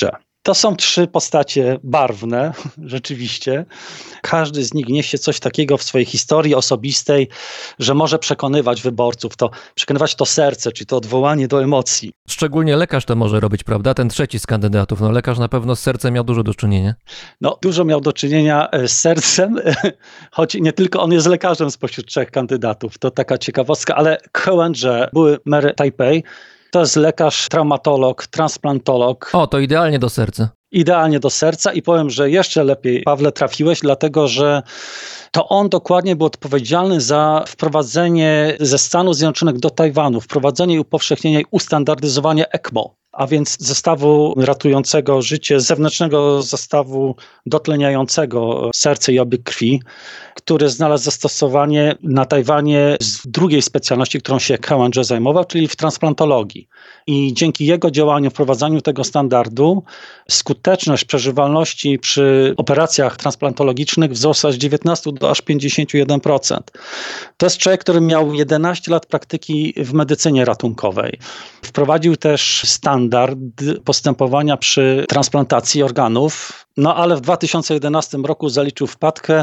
To są trzy postacie barwne, rzeczywiście. Każdy z nich niesie coś takiego w swojej historii osobistej, że może przekonywać wyborców, to przekonywać to serce, czy to odwołanie do emocji. Szczególnie lekarz to może robić, prawda? Ten trzeci z kandydatów. No lekarz na pewno z sercem miał dużo do czynienia. No, dużo miał do czynienia z sercem, choć nie tylko on jest lekarzem spośród trzech kandydatów. To taka ciekawostka, ale He Wen-je, były mer Tajpej, to jest lekarz, traumatolog, transplantolog. O, to idealnie do serca. Idealnie do serca i powiem, że jeszcze lepiej, Pawle, trafiłeś, dlatego że to on dokładnie był odpowiedzialny za wprowadzenie ze Stanów Zjednoczonych do Tajwanu, wprowadzenie i upowszechnienie i ustandaryzowanie ECMO, a więc zestawu ratującego życie, zewnętrznego zestawu dotleniającego serce i obieg krwi, który znalazł zastosowanie na Tajwanie z drugiej specjalności, którą się He Wen-je zajmował, czyli w transplantologii. I dzięki jego działaniu, wprowadzaniu tego standardu, skuteczność przeżywalności przy operacjach transplantologicznych wzrosła z dziewiętnastu do aż pięćdziesięciu jeden procent. To jest człowiek, który miał jedenaście lat praktyki w medycynie ratunkowej. Wprowadził też standard postępowania przy transplantacji organów, no ale w dwa tysiące jedenastym roku zaliczył wpadkę,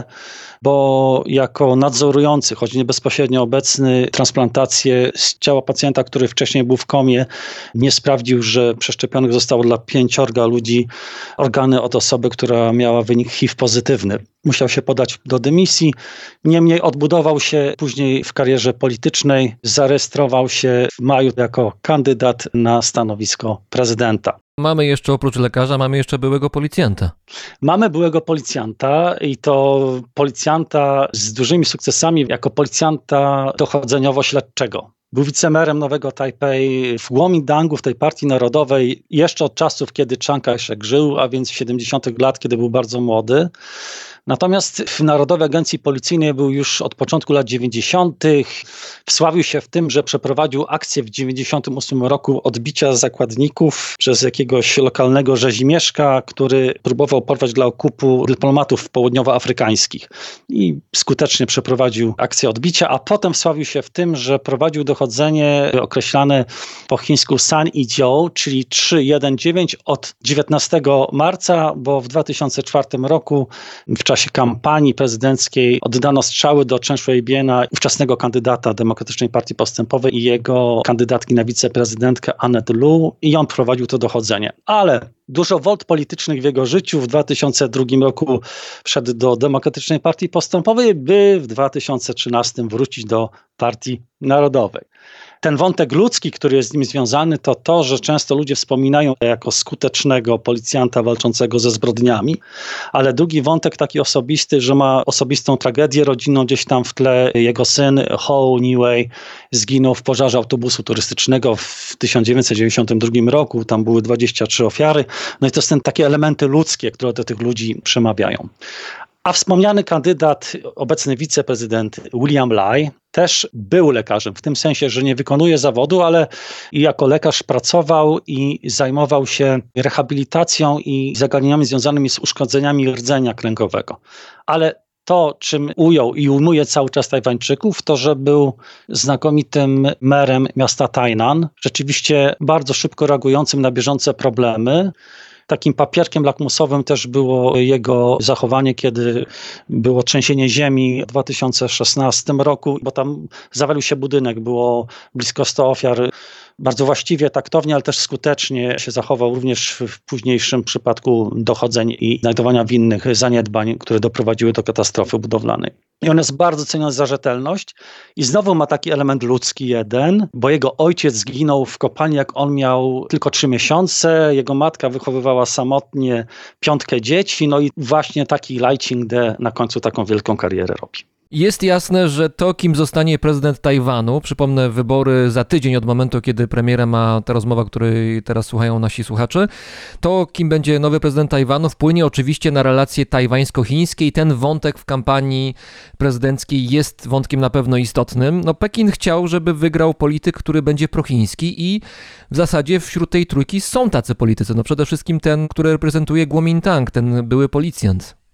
bo jako nadzorujący, choć nie bezpośrednio obecny, transplantację z ciała pacjenta, który wcześniej był w komie, nie sprawdził, że przeszczepionych zostało dla pięciorga ludzi organy od osoby, która miała wynik H I V pozytywny. Musiał się podać do dymisji, niemniej odbudował się później w karierze politycznej, zarejestrował się w maju jako kandydat na stanowisko prezydenta. Mamy jeszcze oprócz lekarza, mamy jeszcze byłego policjanta. Mamy byłego policjanta i to policjanta z dużymi sukcesami jako policjanta dochodzeniowo-śledczego. Był wicemerem Nowego Tajpej w Kuomintangu, w tej partii narodowej, jeszcze od czasów, kiedy Chiang Kai-shek żył, a więc w siedemdziesiątych lat, kiedy był bardzo młody. Natomiast w Narodowej Agencji Policyjnej był już od początku lat dziewięćdziesiątych. Wsławił się w tym, że przeprowadził akcję w dziewięćdziesiątym ósmym roku odbicia zakładników przez jakiegoś lokalnego rzezimieszka, który próbował porwać dla okupu dyplomatów południowoafrykańskich. I skutecznie przeprowadził akcję odbicia, a potem wsławił się w tym, że prowadził dochodzenie określane po chińsku San i Jiu, czyli trzy jeden dziewięć od dziewiętnastego marca, bo w dwa tysiące czwartym roku w czasie kampanii prezydenckiej oddano strzały do Chen Shui-biana, ówczesnego kandydata Demokratycznej Partii Postępowej i jego kandydatki na wiceprezydentkę Annette Lu i on prowadził to dochodzenie. Ale dużo wolt politycznych w jego życiu. W dwa tysiące drugim roku wszedł do Demokratycznej Partii Postępowej, by w dwa tysiące trzynastym wrócić do Partii Narodowej. Ten wątek ludzki, który jest z nim związany, to to, że często ludzie wspominają jako skutecznego policjanta walczącego ze zbrodniami, ale drugi wątek taki osobisty, że ma osobistą tragedię rodzinną gdzieś tam w tle. Jego syn Ho Niwei zginął w pożarze autobusu turystycznego w tysiąc dziewięćset dziewięćdziesiątym drugim roku. Tam były dwadzieścia trzy ofiary. No i to są takie elementy ludzkie, które do tych ludzi przemawiają. A wspomniany kandydat, obecny wiceprezydent William Lai, też był lekarzem, w tym sensie, że nie wykonuje zawodu, ale jako lekarz pracował i zajmował się rehabilitacją i zagadnieniami związanymi z uszkodzeniami rdzenia kręgowego. Ale to, czym ujął i ujmuje cały czas Tajwańczyków, to, że był znakomitym merem miasta Tainan, rzeczywiście bardzo szybko reagującym na bieżące problemy. Takim papierkiem lakmusowym też było jego zachowanie, kiedy było trzęsienie ziemi w dwa tysiące szesnastym roku, bo tam zawalił się budynek, było blisko stu ofiar. Bardzo właściwie, taktownie, ale też skutecznie się zachował również w późniejszym przypadku dochodzeń i znajdowania winnych zaniedbań, które doprowadziły do katastrofy budowlanej. I on jest bardzo ceniony za rzetelność i znowu ma taki element ludzki jeden, bo jego ojciec zginął w kopalni, jak on miał tylko trzy miesiące, jego matka wychowywała samotnie piątkę dzieci, no i właśnie taki Lai Ching-te na końcu taką wielką karierę robi. Jest jasne, że to, kim zostanie prezydent Tajwanu, przypomnę, wybory za tydzień od momentu, kiedy premiera ma ta rozmowa, której teraz słuchają nasi słuchacze, to, kim będzie nowy prezydent Tajwanu, wpłynie oczywiście na relacje tajwańsko-chińskie i ten wątek w kampanii prezydenckiej jest wątkiem na pewno istotnym. No, Pekin chciał, żeby wygrał polityk, który będzie prochiński i w zasadzie wśród tej trójki są tacy politycy. No, przede wszystkim ten, który reprezentuje Kuomintang, ten były policjant.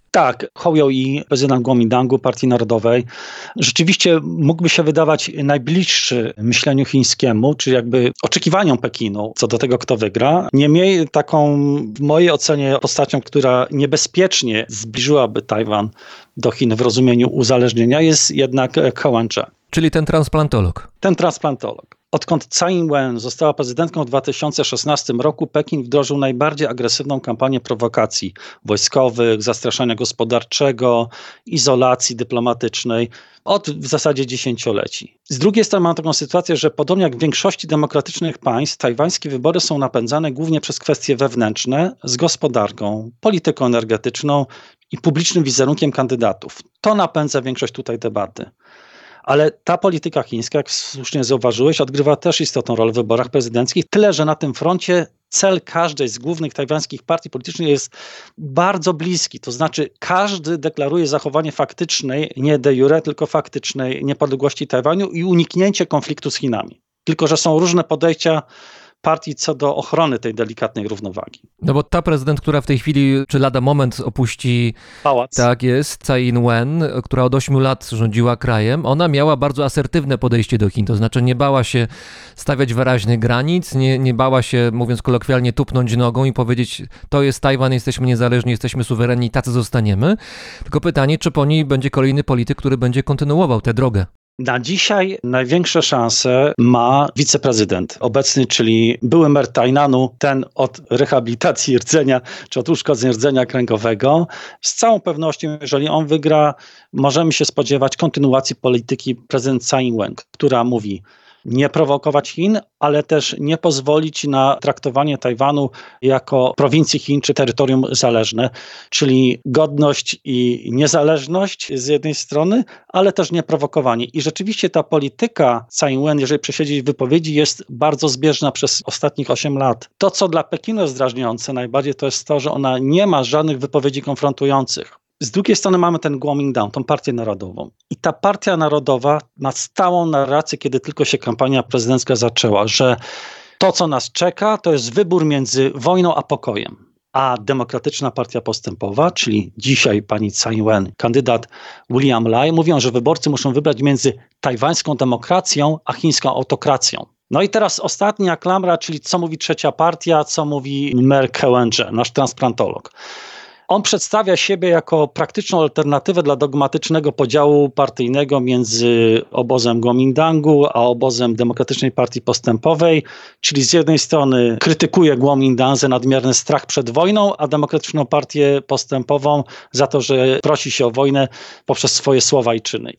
Tak, Hołją i prezydent Kuomintangu Partii Narodowej rzeczywiście mógłby się wydawać najbliższy myśleniu chińskiemu, czy jakby oczekiwaniom Pekinu co do tego, kto wygra. Niemniej taką w mojej ocenie postacią, która niebezpiecznie zbliżyłaby Tajwan do Chin w rozumieniu uzależnienia, jest jednak Ko Wen-je. Czyli ten transplantolog. Ten transplantolog. Odkąd Tsai Ing-wen została prezydentką w dwa tysiące szesnastym roku, Pekin wdrożył najbardziej agresywną kampanię prowokacji wojskowych, zastraszania gospodarczego, izolacji dyplomatycznej od w zasadzie dziesięcioleci. Z drugiej strony mamy taką sytuację, że podobnie jak w większości demokratycznych państw, tajwańskie wybory są napędzane głównie przez kwestie wewnętrzne z gospodarką, polityką energetyczną i publicznym wizerunkiem kandydatów. To napędza większość tutaj debaty. Ale ta polityka chińska, jak słusznie zauważyłeś, odgrywa też istotną rolę w wyborach prezydenckich, tyle że na tym froncie cel każdej z głównych tajwańskich partii politycznych jest bardzo bliski. To znaczy każdy deklaruje zachowanie faktycznej, nie de jure, tylko faktycznej niepodległości Tajwanu i uniknięcie konfliktu z Chinami. Tylko że są różne podejścia partii co do ochrony tej delikatnej równowagi. No bo ta prezydent, która w tej chwili, czy lada moment opuści pałac. Tak jest, Tsai Ing-wen, która od ośmiu lat rządziła krajem, ona miała bardzo asertywne podejście do Chin, to znaczy nie bała się stawiać wyraźnych granic, nie, nie bała się, mówiąc kolokwialnie, tupnąć nogą i powiedzieć, to jest Tajwan, jesteśmy niezależni, jesteśmy suwerenni, tacy zostaniemy. Tylko pytanie, czy po niej będzie kolejny polityk, który będzie kontynuował tę drogę. Na dzisiaj największe szanse ma wiceprezydent obecny, czyli były mer Tainanu, ten od rehabilitacji rdzenia, czy od uszkodzeń rdzenia kręgowego. Z całą pewnością, jeżeli on wygra, możemy się spodziewać kontynuacji polityki prezydent Tsai Ing-wen, która mówi nie prowokować Chin, ale też nie pozwolić na traktowanie Tajwanu jako prowincji Chin czy terytorium zależne, czyli godność i niezależność z jednej strony, ale też nie prowokowanie. I rzeczywiście ta polityka Tsai Ing-wen, jeżeli przesiedzieć wypowiedzi, jest bardzo zbieżna przez ostatnich osiem lat. To, co dla Pekinu jest drażniące najbardziej, to jest to, że ona nie ma żadnych wypowiedzi konfrontujących. Z drugiej strony mamy ten Kuomintang, tą partię narodową. I ta partia narodowa ma stałą narrację, kiedy tylko się kampania prezydencka zaczęła, że to, co nas czeka, to jest wybór między wojną a pokojem. A Demokratyczna Partia Postępowa, czyli dzisiaj pani Tsai Ing-wen, kandydat William Lai, mówią, że wyborcy muszą wybrać między tajwańską demokracją a chińską autokracją. No i teraz ostatnia klamra, czyli co mówi trzecia partia, co mówi mer Ko Wen-je, nasz transplantolog. On przedstawia siebie jako praktyczną alternatywę dla dogmatycznego podziału partyjnego między obozem Kuomintangu a obozem Demokratycznej Partii Postępowej, czyli z jednej strony krytykuje Kuomintang za nadmierny strach przed wojną, a Demokratyczną Partię Postępową za to, że prosi się o wojnę poprzez swoje słowa i czyny.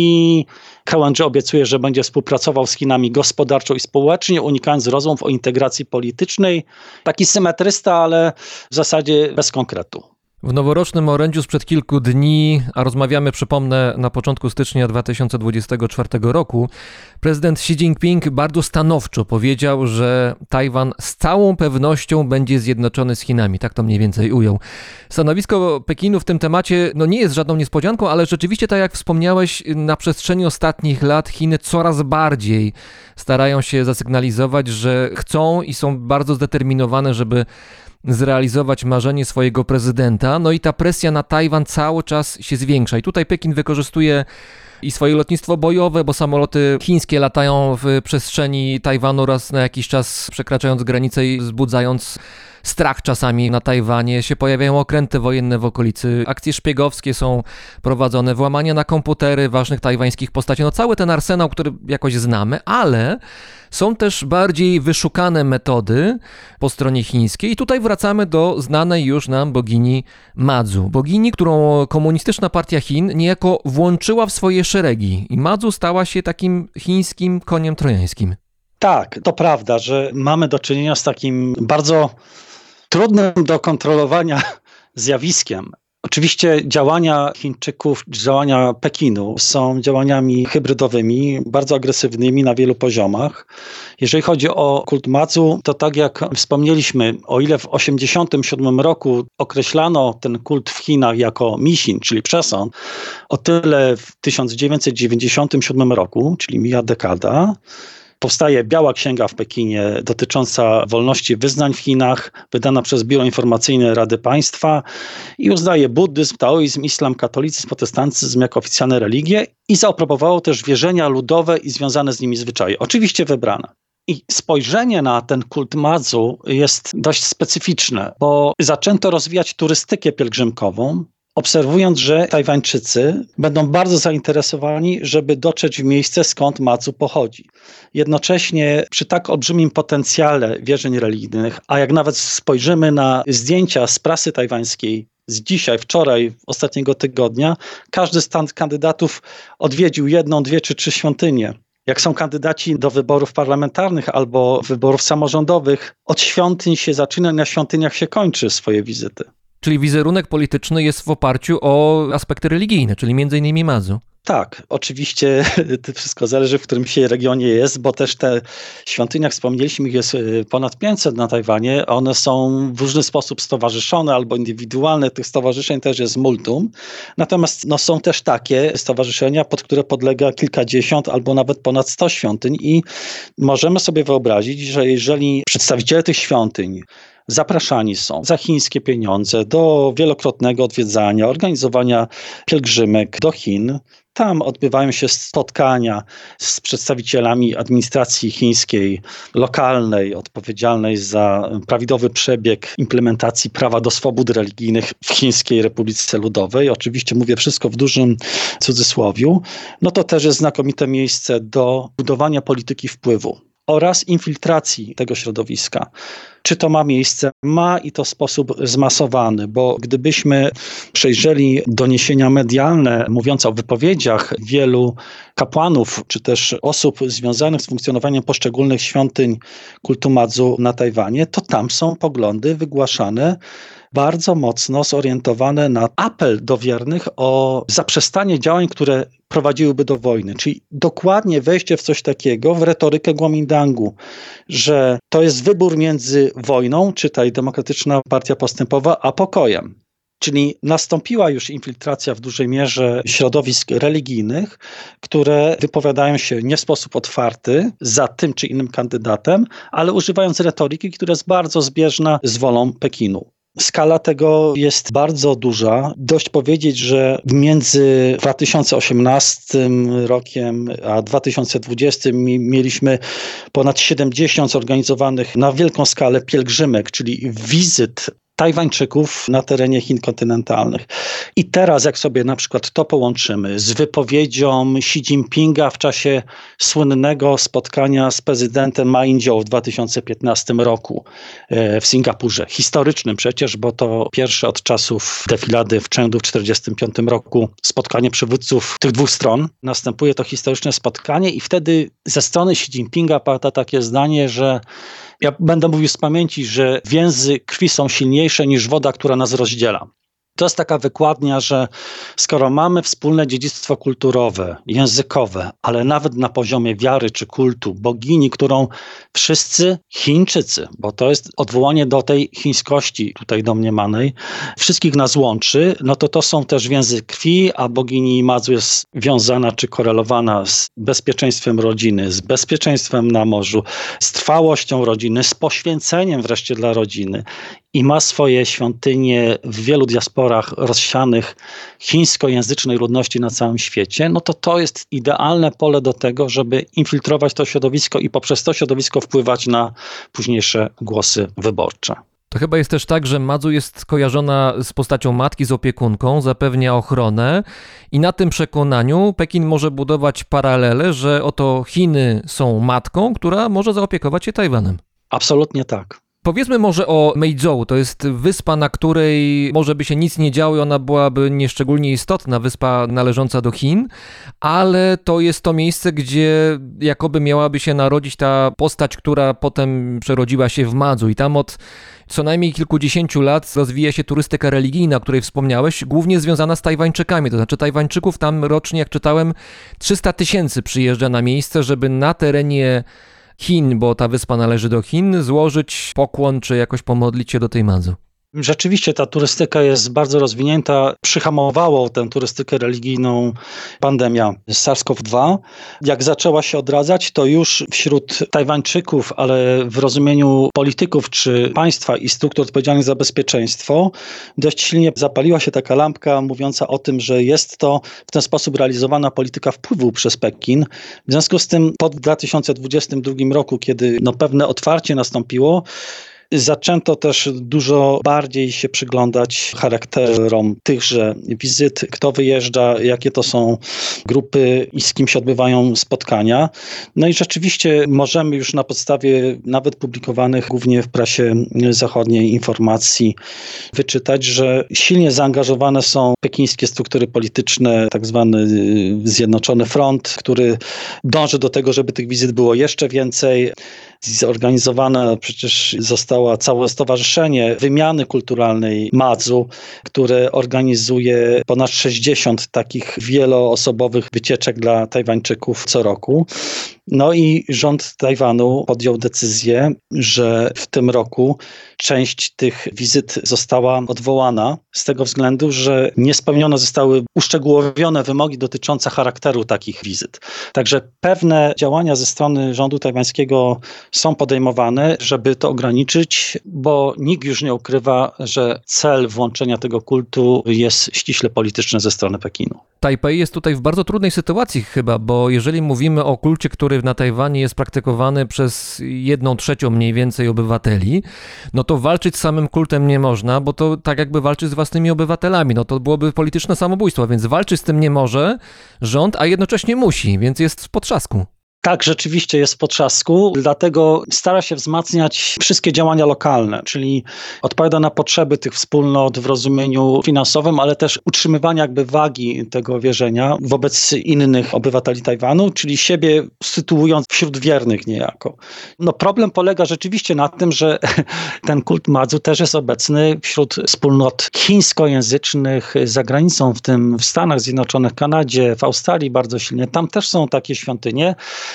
I Ko Wen-je obiecuje, że będzie współpracował z Chinami gospodarczo i społecznie, unikając rozmów o integracji politycznej. Taki symetrysta, ale w zasadzie bez konkretu. W noworocznym orędziu sprzed kilku dni, a rozmawiamy, przypomnę, na początku stycznia dwa tysiące dwudziestego czwartego roku, prezydent Xi Jinping bardzo stanowczo powiedział, że Tajwan z całą pewnością będzie zjednoczony z Chinami. Tak to mniej więcej ujął. Stanowisko Pekinu w tym temacie no nie jest żadną niespodzianką, ale rzeczywiście, tak jak wspomniałeś, na przestrzeni ostatnich lat Chiny coraz bardziej starają się zasygnalizować, że chcą i są bardzo zdeterminowane, żeby zrealizować marzenie swojego prezydenta. No i ta presja na Tajwan cały czas się zwiększa. I tutaj Pekin wykorzystuje i swoje lotnictwo bojowe, bo samoloty chińskie latają w przestrzeni Tajwanu raz na jakiś czas, przekraczając granicę i wzbudzając strach czasami na Tajwanie. Się pojawiają okręty wojenne w okolicy, akcje szpiegowskie są prowadzone, włamania na komputery ważnych tajwańskich postaci. No cały ten arsenał, który jakoś znamy, ale są też bardziej wyszukane metody po stronie chińskiej. I tutaj wracamy do znanej już nam bogini Madzu. Bogini, którą Komunistyczna Partia Chin niejako włączyła w swoje szeregi. I Madzu stała się takim chińskim koniem trojańskim. Tak, to prawda, że mamy do czynienia z takim bardzo trudnym do kontrolowania zjawiskiem. Oczywiście działania Chińczyków, działania Pekinu są działaniami hybrydowymi, bardzo agresywnymi na wielu poziomach. Jeżeli chodzi o kult Madzu, to tak jak wspomnieliśmy, o ile w tysiąc dziewięćset osiemdziesiątym siódmym roku określano ten kult w Chinach jako Mixin, czyli przesąd, o tyle w tysiąc dziewięćset dziewięćdziesiątym siódmym roku, czyli mija dekada, Powstaje Biała Księga w Pekinie dotycząca wolności wyznań w Chinach, wydana przez Biuro Informacyjne Rady Państwa i uznaje buddyzm, taoizm, islam, katolicyzm, protestantyzm jako oficjalne religie i zaoprobowało też wierzenia ludowe i związane z nimi zwyczaje, oczywiście wybrane. I spojrzenie na ten kult Madzu jest dość specyficzne, bo zaczęto rozwijać turystykę pielgrzymkową, obserwując, że Tajwańczycy będą bardzo zainteresowani, żeby dotrzeć w miejsce, skąd Madzu pochodzi. Jednocześnie przy tak olbrzymim potencjale wierzeń religijnych, a jak nawet spojrzymy na zdjęcia z prasy tajwańskiej z dzisiaj, wczoraj, ostatniego tygodnia, każdy z kandydatów odwiedził jedną, dwie czy trzy świątynie. Jak są kandydaci do wyborów parlamentarnych albo wyborów samorządowych, od świątyń się zaczyna, na świątyniach się kończy swoje wizyty. Czyli wizerunek polityczny jest w oparciu o aspekty religijne, czyli między innymi Madzu. Tak, oczywiście to wszystko zależy, w którym się regionie jest, bo też te świątynie, jak wspomnieliśmy, ich jest ponad pięćset na Tajwanie. One są w różny sposób stowarzyszone albo indywidualne. Tych stowarzyszeń też jest multum. Natomiast no, są też takie stowarzyszenia, pod które podlega kilkadziesiąt albo nawet ponad sto świątyń i możemy sobie wyobrazić, że jeżeli przedstawiciele tych świątyń zapraszani są za chińskie pieniądze do wielokrotnego odwiedzania, organizowania pielgrzymek do Chin. Tam odbywają się spotkania z przedstawicielami administracji chińskiej, lokalnej, odpowiedzialnej za prawidłowy przebieg implementacji prawa do swobód religijnych w Chińskiej Republice Ludowej. Oczywiście mówię wszystko w dużym cudzysłowiu. No to też jest znakomite miejsce do budowania polityki wpływu oraz infiltracji tego środowiska. Czy to ma miejsce? Ma i to w sposób zmasowany, bo gdybyśmy przejrzeli doniesienia medialne mówiące o wypowiedziach wielu kapłanów, czy też osób związanych z funkcjonowaniem poszczególnych świątyń kultu Madzu na Tajwanie, to tam są poglądy wygłaszane bardzo mocno zorientowane na apel do wiernych o zaprzestanie działań, które prowadziłyby do wojny. Czyli dokładnie wejście w coś takiego, w retorykę Kuomintangu, że to jest wybór między wojną, czytaj Demokratyczna Partia Postępowa, a pokojem. Czyli nastąpiła już infiltracja w dużej mierze środowisk religijnych, które wypowiadają się nie w sposób otwarty za tym czy innym kandydatem, ale używając retoryki, która jest bardzo zbieżna z wolą Pekinu. Skala tego jest bardzo duża. Dość powiedzieć, że między dwa tysiące osiemnastym rokiem a dwa tysiące dwudziestym mieliśmy ponad siedemdziesiąt zorganizowanych na wielką skalę pielgrzymek, czyli wizyt Tajwańczyków na terenie Chin kontynentalnych. I teraz jak sobie na przykład to połączymy z wypowiedzią Xi Jinpinga w czasie słynnego spotkania z prezydentem Ma Ying-jeou w dwa tysiące piętnastym roku w Singapurze. Historycznym przecież, bo to pierwsze od czasów defilady w Chengdu w tysiąc dziewięćset czterdziestym piątym roku spotkanie przywódców tych dwóch stron. Następuje to historyczne spotkanie i wtedy ze strony Xi Jinpinga pada takie zdanie, że ja będę mówił z pamięci, że więzy krwi są silniejsze niż woda, która nas rozdziela. To jest taka wykładnia, że skoro mamy wspólne dziedzictwo kulturowe, językowe, ale nawet na poziomie wiary czy kultu, bogini, którą wszyscy Chińczycy, bo to jest odwołanie do tej chińskości tutaj domniemanej, wszystkich nas łączy, no to to są też więzy krwi, a bogini Madzu jest wiązana czy korelowana z bezpieczeństwem rodziny, z bezpieczeństwem na morzu, z trwałością rodziny, z poświęceniem wreszcie dla rodziny. I ma swoje świątynie w wielu diasporach rozsianych chińskojęzycznej ludności na całym świecie, no to to jest idealne pole do tego, żeby infiltrować to środowisko i poprzez to środowisko wpływać na późniejsze głosy wyborcze. To chyba jest też tak, że Madzu jest kojarzona z postacią matki, z opiekunką, zapewnia ochronę i na tym przekonaniu Pekin może budować paralele, że oto Chiny są matką, która może zaopiekować się Tajwanem. Absolutnie tak. Powiedzmy może o Meizhou, to jest wyspa, na której może by się nic nie działo i ona byłaby nieszczególnie istotna, wyspa należąca do Chin, ale to jest to miejsce, gdzie jakoby miałaby się narodzić ta postać, która potem przerodziła się w Madzu i tam od co najmniej kilkudziesięciu lat rozwija się turystyka religijna, o której wspomniałeś, głównie związana z Tajwańczykami, to znaczy Tajwańczyków tam rocznie, jak czytałem, trzysta tysięcy przyjeżdża na miejsce, żeby na terenie Chin, bo ta wyspa należy do Chin, złożyć pokłon czy jakoś pomodlić się do tej Madzu. Rzeczywiście ta turystyka jest bardzo rozwinięta. Przyhamowało tę turystykę religijną pandemia SARS-CoV dwa. Jak zaczęła się odradzać, to już wśród Tajwańczyków, ale w rozumieniu polityków czy państwa i struktur odpowiedzialnych za bezpieczeństwo, dość silnie zapaliła się taka lampka mówiąca o tym, że jest to w ten sposób realizowana polityka wpływu przez Pekin. W związku z tym po dwa tysiące dwudziestym drugim roku, kiedy no pewne otwarcie nastąpiło, zaczęto też dużo bardziej się przyglądać charakterom tychże wizyt, kto wyjeżdża, jakie to są grupy i z kim się odbywają spotkania. No i rzeczywiście możemy już na podstawie nawet publikowanych głównie w prasie zachodniej informacji wyczytać, że silnie zaangażowane są pekińskie struktury polityczne, tak zwany Zjednoczony Front, który dąży do tego, żeby tych wizyt było jeszcze więcej. Zorganizowane przecież zostało całe stowarzyszenie wymiany kulturalnej Madzu, które organizuje ponad sześćdziesiąt takich wieloosobowych wycieczek dla Tajwańczyków co roku. No i rząd Tajwanu podjął decyzję, że w tym roku część tych wizyt została odwołana z tego względu, że nie spełnione zostały uszczegółowione wymogi dotyczące charakteru takich wizyt. Także pewne działania ze strony rządu tajwańskiego są podejmowane, żeby to ograniczyć, bo nikt już nie ukrywa, że cel włączenia tego kultu jest ściśle polityczny ze strony Pekinu. Tajpej jest tutaj w bardzo trudnej sytuacji chyba, bo jeżeli mówimy o kulcie, który na Tajwanie jest praktykowany przez jedną trzecią mniej więcej obywateli, no to walczyć z samym kultem nie można, bo to tak jakby walczyć z własnymi obywatelami, no to byłoby polityczne samobójstwo, więc walczyć z tym nie może rząd, a jednocześnie musi, więc jest w potrzasku. Tak, rzeczywiście jest w potrzasku, dlatego stara się wzmacniać wszystkie działania lokalne, czyli odpowiada na potrzeby tych wspólnot w rozumieniu finansowym, ale też utrzymywania jakby wagi tego wierzenia wobec innych obywateli Tajwanu, czyli siebie sytuując wśród wiernych niejako. No problem polega rzeczywiście na tym, że ten kult Madzu też jest obecny wśród wspólnot chińskojęzycznych za granicą, w tym w Stanach Zjednoczonych, Kanadzie, w Australii bardzo silnie. Tam też są takie świątynie,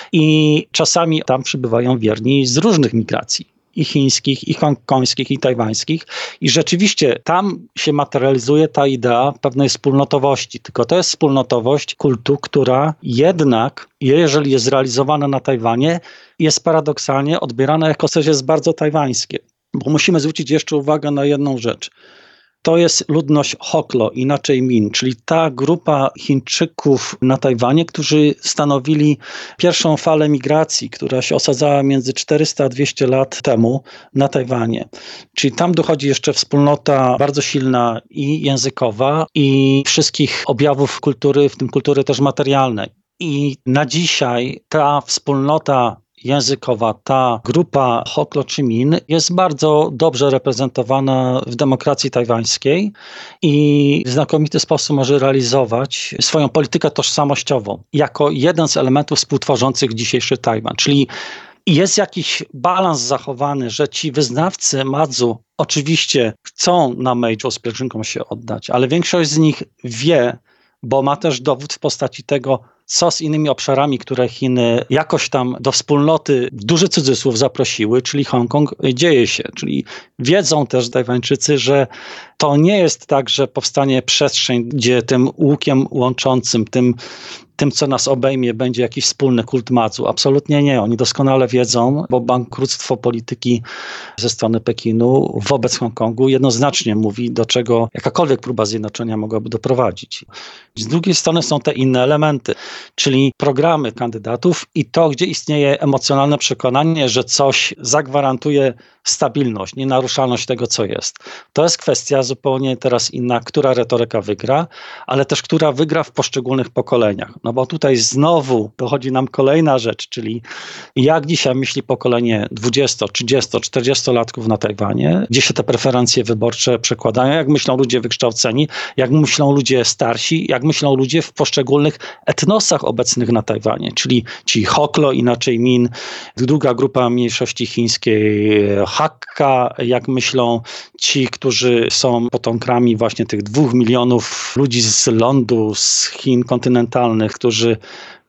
i czasami tam przybywają wierni z różnych migracji, i chińskich, i hongkońskich, i tajwańskich. I rzeczywiście tam się materializuje ta idea pewnej wspólnotowości. Tylko to jest wspólnotowość kultu, która jednak, jeżeli jest zrealizowana na Tajwanie, jest paradoksalnie odbierana jako coś jest bardzo tajwańskie. Bo musimy zwrócić jeszcze uwagę na jedną rzecz. To jest ludność Hoklo, inaczej Min, czyli ta grupa Chińczyków na Tajwanie, którzy stanowili pierwszą falę migracji, która się osadzała między czterysta a dwieście lat temu na Tajwanie. Czyli tam dochodzi jeszcze wspólnota bardzo silna i językowa, i wszystkich objawów kultury, w tym kultury też materialnej. I na dzisiaj ta wspólnota językowa, ta grupa Hoklo czy Min jest bardzo dobrze reprezentowana w demokracji tajwańskiej i w znakomity sposób może realizować swoją politykę tożsamościową jako jeden z elementów współtworzących dzisiejszy Tajwan. Czyli jest jakiś balans zachowany, że ci wyznawcy Madzu oczywiście chcą na Meidżu z pielgrzymką się oddać, ale większość z nich wie, bo ma też dowód w postaci tego, co z innymi obszarami, które Chiny jakoś tam do wspólnoty, w duży cudzysłów, zaprosiły, czyli Hongkong, dzieje się. Czyli wiedzą też Tajwańczycy, że to nie jest tak, że powstanie przestrzeń, gdzie tym łukiem łączącym, tym, tym co nas obejmie, będzie jakiś wspólny kult Madzu. Absolutnie nie. Oni doskonale wiedzą, bo bankructwo polityki ze strony Pekinu wobec Hongkongu jednoznacznie mówi, do czego jakakolwiek próba zjednoczenia mogłaby doprowadzić. Z drugiej strony są te inne elementy, czyli programy kandydatów i to, gdzie istnieje emocjonalne przekonanie, że coś zagwarantuje stabilność, nienaruszalność tego, co jest. To jest kwestia zupełnie teraz inna, która retoryka wygra, ale też która wygra w poszczególnych pokoleniach. No bo tutaj znowu dochodzi nam kolejna rzecz, czyli jak dzisiaj myśli pokolenie dwudziesto, trzydziesto, czterdziestolatków na Tajwanie, gdzie się te preferencje wyborcze przekładają, jak myślą ludzie wykształceni, jak myślą ludzie starsi, jak myślą ludzie w poszczególnych etnosach obecnych na Tajwanie, czyli ci Hoklo, inaczej Min, druga grupa mniejszości chińskiej Hakka, jak myślą ci, którzy są potomkami właśnie tych dwóch milionów ludzi z lądu, z Chin kontynentalnych, którzy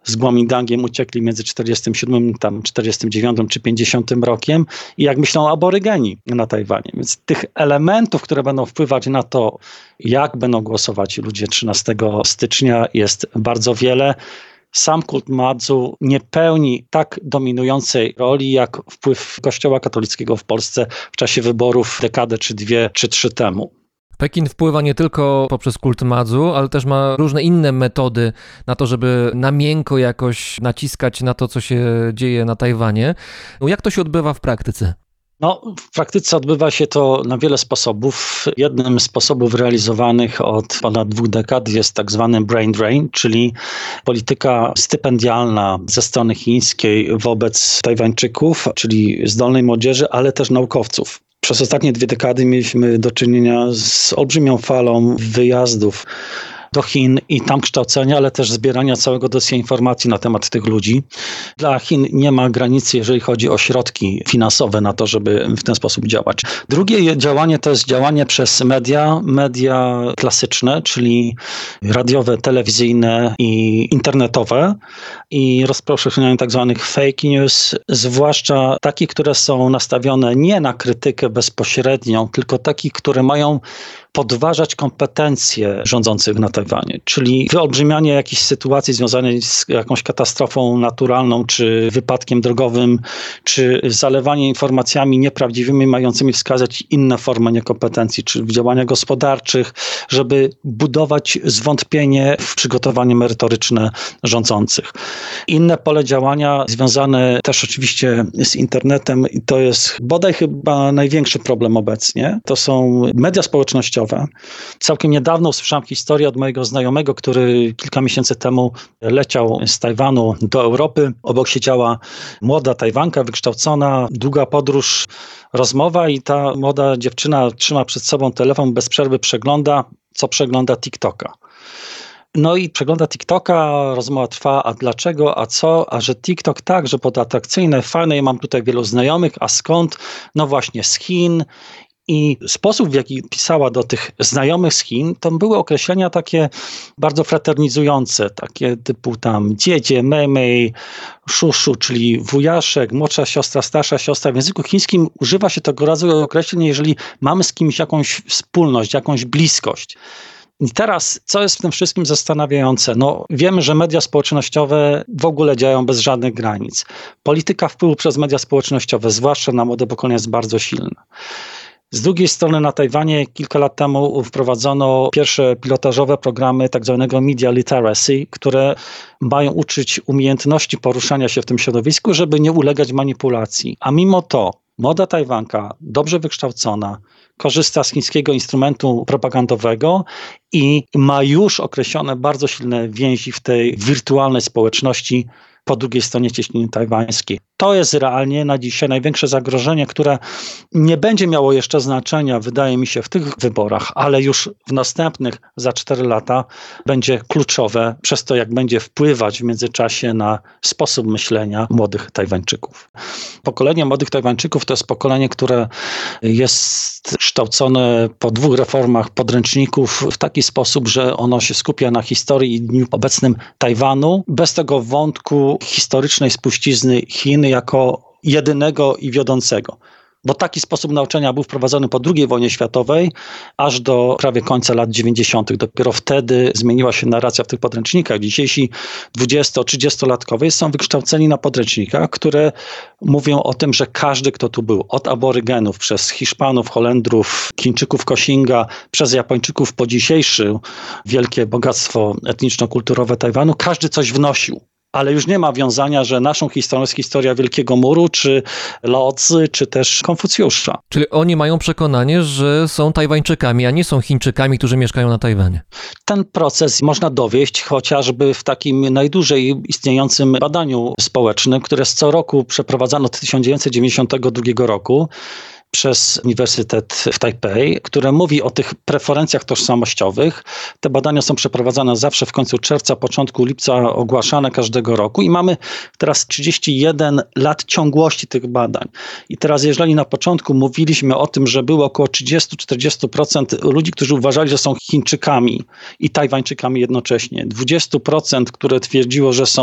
z Kuomintangiem uciekli między czterdziestym siódmym, tam czterdziestym dziewiątym czy pięćdziesiątym rokiem i jak myślą aborygeni na Tajwanie. Więc tych elementów, które będą wpływać na to, jak będą głosować ludzie trzynastego stycznia, jest bardzo wiele. Sam kult Madzu nie pełni tak dominującej roli, jak wpływ Kościoła katolickiego w Polsce w czasie wyborów dekadę czy dwie, czy trzy temu. Pekin wpływa nie tylko poprzez kult Madzu, ale też ma różne inne metody na to, żeby na miękko jakoś naciskać na to, co się dzieje na Tajwanie. No jak to się odbywa w praktyce? No, w praktyce odbywa się to na wiele sposobów. Jednym z sposobów realizowanych od ponad dwóch dekad jest tak zwany brain drain, czyli polityka stypendialna ze strony chińskiej wobec Tajwańczyków, czyli zdolnej młodzieży, ale też naukowców. Przez ostatnie dwie dekady mieliśmy do czynienia z olbrzymią falą wyjazdów do Chin i tam kształcenia, ale też zbierania całego dossier informacji na temat tych ludzi. Dla Chin nie ma granicy, jeżeli chodzi o środki finansowe na to, żeby w ten sposób działać. Drugie działanie to jest działanie przez media, media klasyczne, czyli radiowe, telewizyjne i internetowe i rozpowszechnianie tak zwanych fake news, zwłaszcza takich, które są nastawione nie na krytykę bezpośrednią, tylko takich, które mają podważać kompetencje rządzących na Tajwanie, czyli wyolbrzymianie jakichś sytuacji związanych z jakąś katastrofą naturalną, czy wypadkiem drogowym, czy zalewanie informacjami nieprawdziwymi, mającymi wskazać inne formy niekompetencji, czy w działaniach gospodarczych, żeby budować zwątpienie w przygotowanie merytoryczne rządzących. Inne pole działania związane też oczywiście z internetem i to jest bodaj chyba największy problem obecnie, to są media społecznościowe. Całkiem niedawno usłyszałem historię od mojego znajomego, który kilka miesięcy temu leciał z Tajwanu do Europy. Obok siedziała młoda Tajwanka, wykształcona, długa podróż, rozmowa i ta młoda dziewczyna trzyma przed sobą telefon, bez przerwy przegląda, co przegląda TikToka. No i przegląda TikToka, rozmowa trwa, a dlaczego, a co, a że TikTok tak, że pod atrakcyjne, fajne, ja mam tutaj wielu znajomych, a skąd? No właśnie z Chin. I sposób, w jaki pisała do tych znajomych z Chin, to były określenia takie bardzo fraternizujące, takie typu tam dziedzie, memej, szuszu, czyli wujaszek, młodsza siostra, starsza siostra. W języku chińskim używa się tego rodzaju określeń, jeżeli mamy z kimś jakąś wspólność, jakąś bliskość. I teraz, co jest w tym wszystkim zastanawiające? No, wiemy, że media społecznościowe w ogóle działają bez żadnych granic. Polityka wpływu przez media społecznościowe, zwłaszcza na młode pokolenie, jest bardzo silna. Z drugiej strony na Tajwanie kilka lat temu wprowadzono pierwsze pilotażowe programy tak zwanego media literacy, które mają uczyć umiejętności poruszania się w tym środowisku, żeby nie ulegać manipulacji. A mimo to młoda Tajwanka, dobrze wykształcona, korzysta z chińskiego instrumentu propagandowego i ma już określone bardzo silne więzi w tej wirtualnej społeczności po drugiej stronie cieśniny tajwańskiej. To jest realnie na dzisiaj największe zagrożenie, które nie będzie miało jeszcze znaczenia, wydaje mi się, w tych wyborach, ale już w następnych za cztery lata będzie kluczowe przez to, jak będzie wpływać w międzyczasie na sposób myślenia młodych Tajwańczyków. Pokolenie młodych Tajwańczyków to jest pokolenie, które jest kształcone po dwóch reformach podręczników w taki sposób, że ono się skupia na historii i dniu obecnym Tajwanu, bez tego wątku historycznej spuścizny Chin jako jedynego i wiodącego. Bo taki sposób nauczania był wprowadzony po drugiej wojnie światowej, aż do prawie końca lat dziewięćdziesiątych. Dopiero wtedy zmieniła się narracja w tych podręcznikach. Dzisiejsi dwudziesto-trzydziestolatkowie są wykształceni na podręcznikach, które mówią o tym, że każdy, kto tu był, od aborygenów, przez Hiszpanów, Holendrów, Chińczyków Koxinga, przez Japończyków po dzisiejsze wielkie bogactwo etniczno-kulturowe Tajwanu, każdy coś wnosił. Ale już nie ma wiązania, że naszą historią jest historia Wielkiego Muru, czy Lao Tzu, czy też Konfucjusza. Czyli oni mają przekonanie, że są Tajwańczykami, a nie są Chińczykami, którzy mieszkają na Tajwanie. Ten proces można dowieść chociażby w takim najdłużej istniejącym badaniu społecznym, które co roku przeprowadzano od tysiąc dziewięćset dziewięćdziesiątego drugiego roku przez Uniwersytet w Tajpej, które mówi o tych preferencjach tożsamościowych. Te badania są przeprowadzane zawsze w końcu czerwca, początku lipca, ogłaszane każdego roku i mamy teraz trzydzieści jeden lat ciągłości tych badań. I teraz jeżeli na początku mówiliśmy o tym, że było około trzydzieści do czterdziestu procent ludzi, którzy uważali, że są Chińczykami i Tajwańczykami jednocześnie, dwadzieścia procent, które twierdziło, że są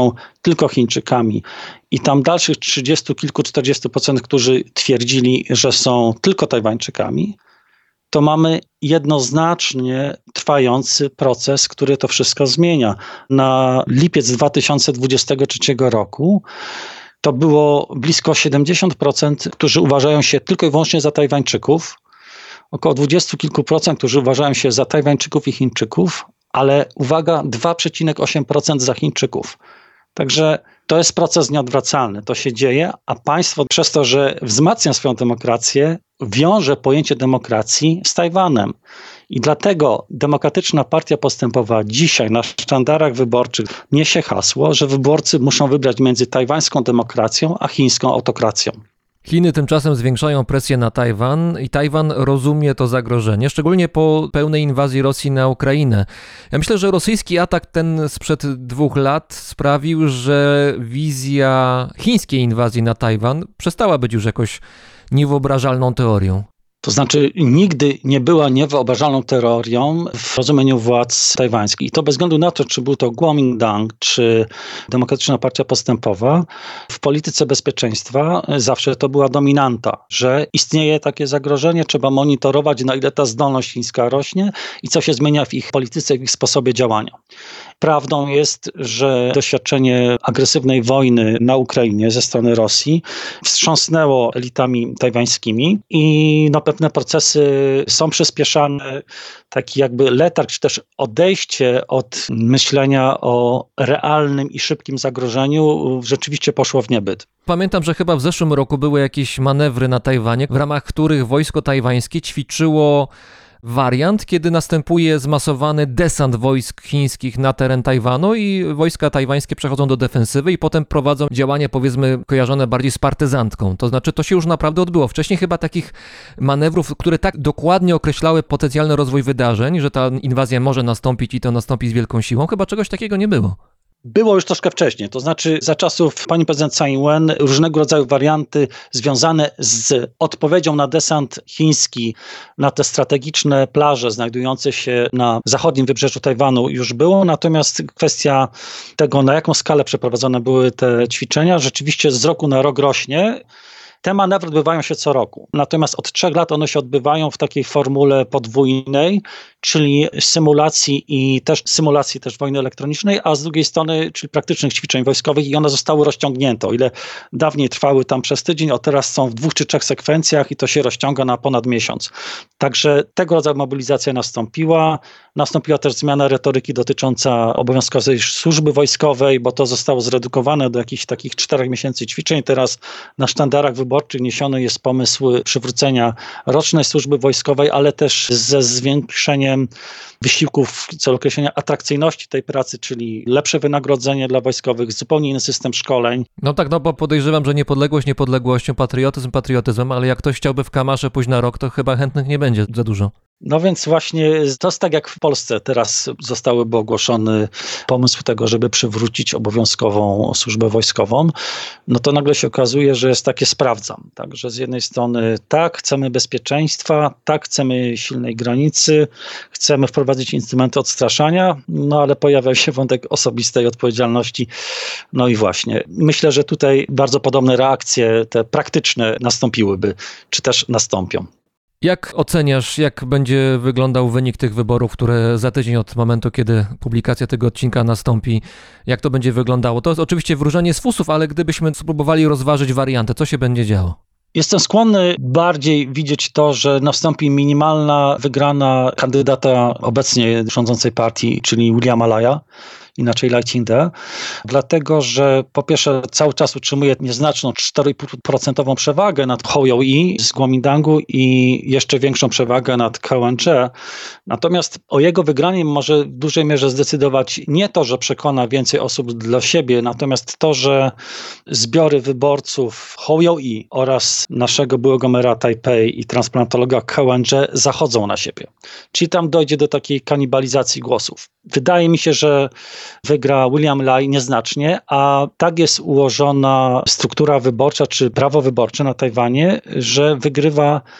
tylko Chińczykami i tam dalszych trzydziestu kilku, czterdziestu procent, którzy twierdzili, że są tylko Tajwańczykami, to mamy jednoznacznie trwający proces, który to wszystko zmienia. Na lipiec dwa tysiące dwudziestego trzeciego roku to było blisko siedemdziesiąt procent, którzy uważają się tylko i wyłącznie za Tajwańczyków, około dwudziestu kilku procent, którzy uważają się za Tajwańczyków i Chińczyków, ale uwaga, dwa przecinek osiem procent za Chińczyków. Także to jest proces nieodwracalny, to się dzieje, a państwo przez to, że wzmacnia swoją demokrację, wiąże pojęcie demokracji z Tajwanem. I dlatego Demokratyczna Partia Postępowa dzisiaj na sztandarach wyborczych niesie hasło, że wyborcy muszą wybrać między tajwańską demokracją a chińską autokracją. Chiny tymczasem zwiększają presję na Tajwan i Tajwan rozumie to zagrożenie, szczególnie po pełnej inwazji Rosji na Ukrainę. Ja myślę, że rosyjski atak ten sprzed dwóch lat sprawił, że wizja chińskiej inwazji na Tajwan przestała być już jakoś niewyobrażalną teorią. To znaczy nigdy nie była niewyobrażalną teorią w rozumieniu władz tajwańskich. I to bez względu na to, czy był to Kuomintang, czy Demokratyczna Partia Postępowa, w polityce bezpieczeństwa zawsze to była dominanta, że istnieje takie zagrożenie, trzeba monitorować, na ile ta zdolność chińska rośnie i co się zmienia w ich polityce, w ich sposobie działania. Prawdą jest, że doświadczenie agresywnej wojny na Ukrainie ze strony Rosji wstrząsnęło elitami tajwańskimi i no, pewne procesy są przyspieszane, taki jakby letarg, czy też odejście od myślenia o realnym i szybkim zagrożeniu rzeczywiście poszło w niebyt. Pamiętam, że chyba w zeszłym roku były jakieś manewry na Tajwanie, w ramach których wojsko tajwańskie ćwiczyło wariant, kiedy następuje zmasowany desant wojsk chińskich na teren Tajwanu i wojska tajwańskie przechodzą do defensywy i potem prowadzą działania, powiedzmy, kojarzone bardziej z partyzantką. To znaczy, to się już naprawdę odbyło. Wcześniej chyba takich manewrów, które tak dokładnie określały potencjalny rozwój wydarzeń, że ta inwazja może nastąpić i to nastąpi z wielką siłą, chyba czegoś takiego nie było. Było już troszkę wcześniej, to znaczy za czasów pani prezydent Tsai Ing-wen różnego rodzaju warianty związane z odpowiedzią na desant chiński na te strategiczne plaże znajdujące się na zachodnim wybrzeżu Tajwanu już było, natomiast kwestia tego, na jaką skalę przeprowadzone były te ćwiczenia, rzeczywiście z roku na rok rośnie. Te manewry odbywają się co roku, natomiast od trzech lat one się odbywają w takiej formule podwójnej, czyli symulacji i też symulacji też wojny elektronicznej, a z drugiej strony, czyli praktycznych ćwiczeń wojskowych i one zostały rozciągnięte. O ile dawniej trwały tam przez tydzień, o teraz są w dwóch czy trzech sekwencjach i to się rozciąga na ponad miesiąc. Także tego rodzaju mobilizacja nastąpiła. Nastąpiła też zmiana retoryki dotycząca obowiązkowej służby wojskowej, bo to zostało zredukowane do jakichś takich czterech miesięcy ćwiczeń. Teraz na sztandarach wyborczych niesiony jest pomysł przywrócenia rocznej służby wojskowej, ale też ze zwiększeniem wysiłków w celu określenia atrakcyjności tej pracy, czyli lepsze wynagrodzenie dla wojskowych, zupełnie inny system szkoleń. No tak, no bo podejrzewam, że niepodległość niepodległością, patriotyzm patriotyzmem, ale jak ktoś chciałby w kamasze pójść na rok, to chyba chętnych nie będzie za dużo. No więc właśnie to jest tak jak w Polsce. Teraz zostałyby ogłoszony pomysł tego, żeby przywrócić obowiązkową służbę wojskową. No to nagle się okazuje, że jest takie sprawdzam. Także z jednej strony tak, chcemy bezpieczeństwa, tak, chcemy silnej granicy, chcemy wprowadzić instrumenty odstraszania, no ale pojawia się wątek osobistej odpowiedzialności. No i właśnie, myślę, że tutaj bardzo podobne reakcje, te praktyczne nastąpiłyby, czy też nastąpią. Jak oceniasz, jak będzie wyglądał wynik tych wyborów, które za tydzień od momentu, kiedy publikacja tego odcinka nastąpi, jak to będzie wyglądało? To jest oczywiście wróżenie z fusów, ale gdybyśmy spróbowali rozważyć warianty, co się będzie działo? Jestem skłonny bardziej widzieć to, że nastąpi minimalna wygrana kandydata obecnie rządzącej partii, czyli Williama Laya, inaczej Lai Ching-te, dlatego że po pierwsze cały czas utrzymuje nieznaczną cztery i pół procent przewagę nad Hou Yu-i z Kuomintangu i jeszcze większą przewagę nad Ke Wen-je. Natomiast o jego wygraniu może w dużej mierze zdecydować nie to, że przekona więcej osób dla siebie, natomiast to, że zbiory wyborców Hou Yu-i oraz naszego byłego mera Tajpej i transplantologa Ke Wen-je zachodzą na siebie. Czyli tam dojdzie do takiej kanibalizacji głosów. Wydaje mi się, że wygra William Lai nieznacznie, a tak jest ułożona struktura wyborcza czy prawo wyborcze na Tajwanie, że wygrywa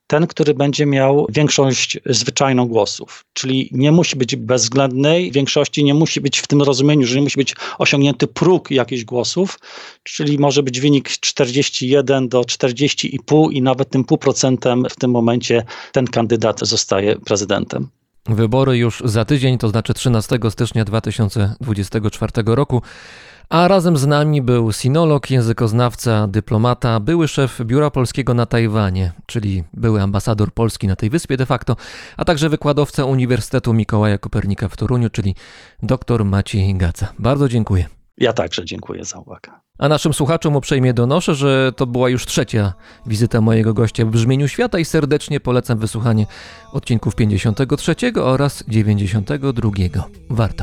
ten, który będzie miał większość zwyczajną głosów. Czyli nie musi być bezwzględnej większości, nie musi być w tym rozumieniu, że nie musi być osiągnięty próg jakichś głosów, czyli może być wynik czterdzieści jeden do czterdziestu i pół i nawet tym pół procentem w tym momencie ten kandydat zostaje prezydentem. Wybory już za tydzień, to znaczy trzynastego stycznia dwa tysiące dwudziestego czwartego roku. A razem z nami był sinolog, językoznawca, dyplomata, były szef Biura Polskiego na Tajwanie, czyli były ambasador Polski na tej wyspie de facto, a także wykładowca Uniwersytetu Mikołaja Kopernika w Toruniu, czyli dr Maciej Gaca. Bardzo dziękuję. Ja także dziękuję za uwagę. A naszym słuchaczom uprzejmie donoszę, że to była już trzecia wizyta mojego gościa w Brzmieniu Świata i serdecznie polecam wysłuchanie odcinków pięćdziesiątego trzeciego oraz dziewięćdziesiątego drugiego. Warto.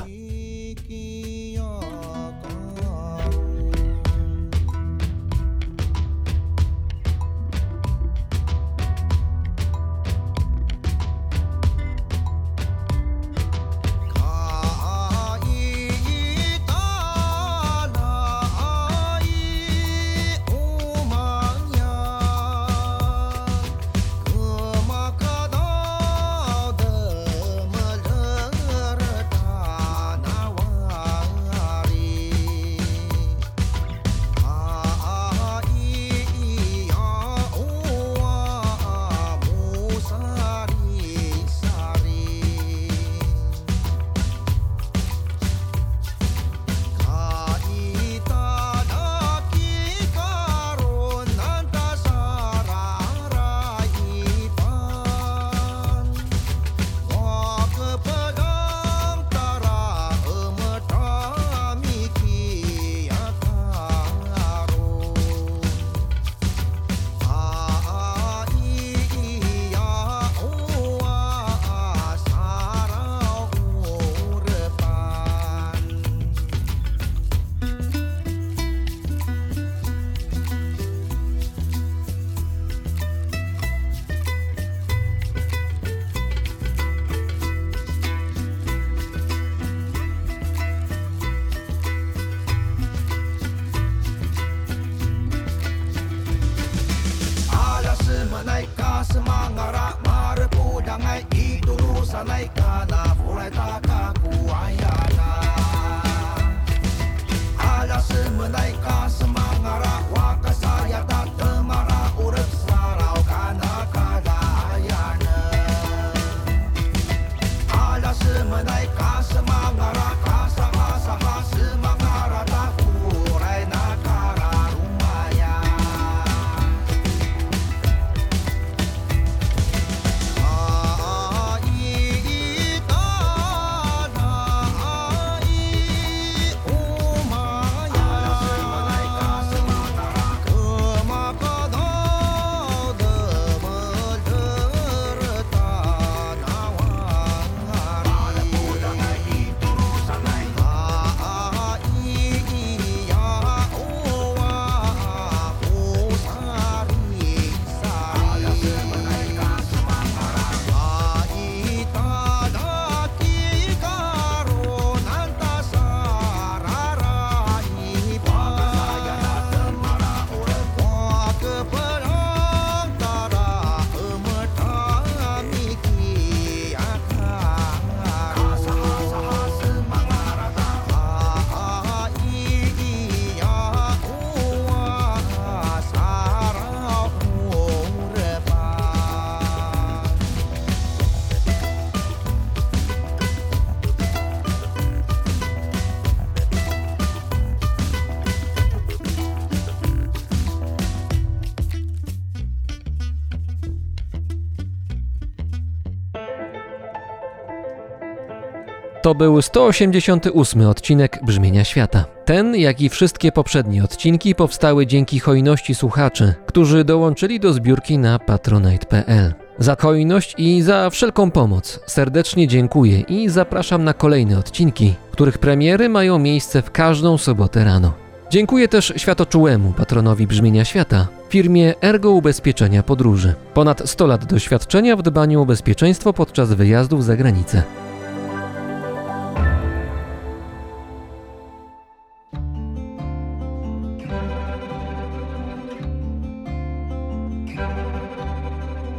To był sto osiemdziesiąty ósmy odcinek Brzmienia Świata. Ten, jak i wszystkie poprzednie odcinki powstały dzięki hojności słuchaczy, którzy dołączyli do zbiórki na patronite kropka p l. Za hojność i za wszelką pomoc serdecznie dziękuję i zapraszam na kolejne odcinki, których premiery mają miejsce w każdą sobotę rano. Dziękuję też światoczułemu patronowi Brzmienia Świata, firmie Ergo Ubezpieczenia Podróży. Ponad sto lat doświadczenia w dbaniu o bezpieczeństwo podczas wyjazdów za granicę.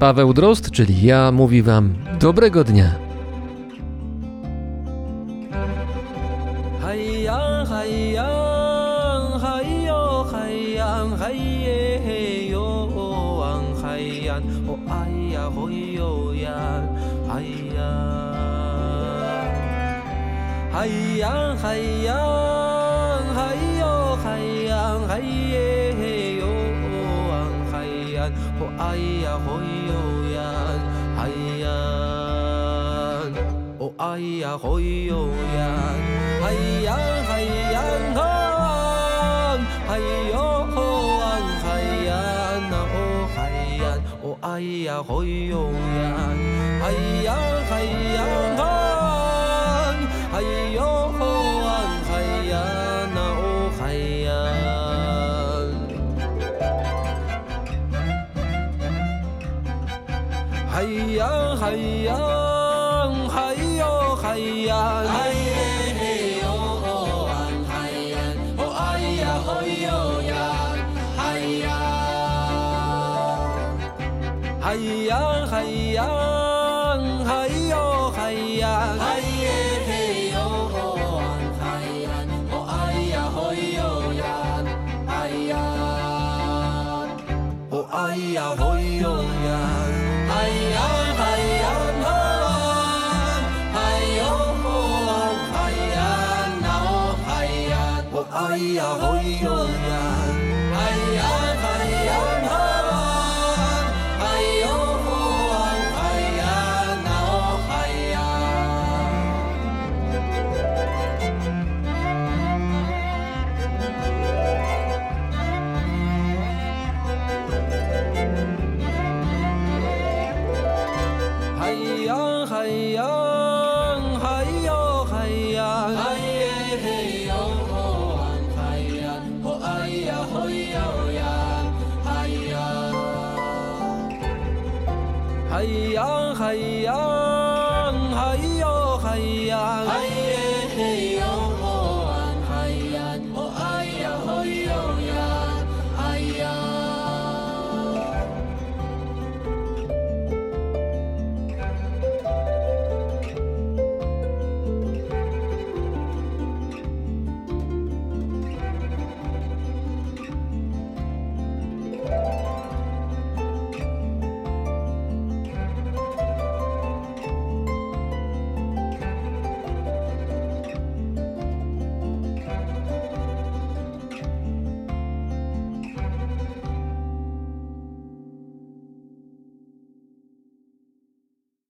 Paweł Drozd, czyli ja, mówi wam dobrego dnia. Hayyan, hayyan, hayyo, hayyan, hayyeyo, an hayyan, o ayya, hoyo, yan, hayyan. Hayyan, hayyan, hayyo, hayyan, hayyeyo, an hayyan, o ayya, hoyo, yan, hayyan. O ayya, hoyo, yan. Hayyan, hayyan, han, hayyo, han, hayyan, oh hayyan, oh ayya, hoyo, yan. Hayyan, hayyan, han, hayyo, han, hayyan, oh hayyan. Hayyan, hayyan, hayyo, hayyan, hayyan, hayyan, hayyo, hayyan, hayyeyo, an hayyan, o ayya, hoyo, yan, hayyan, o ayya, hoyo, yan, hayyan, hayyan, han, hayyo, an hayyan, o hayyan, o ayya, hoyo, yan, hayyan, hayyan, han. Hayyan, hayyan, hayyo, hayyan, hayyeyo, an hayyan, o ayya, hoyo, yan, hayyan. Hayyan, hayyan, hayyo, hayyan.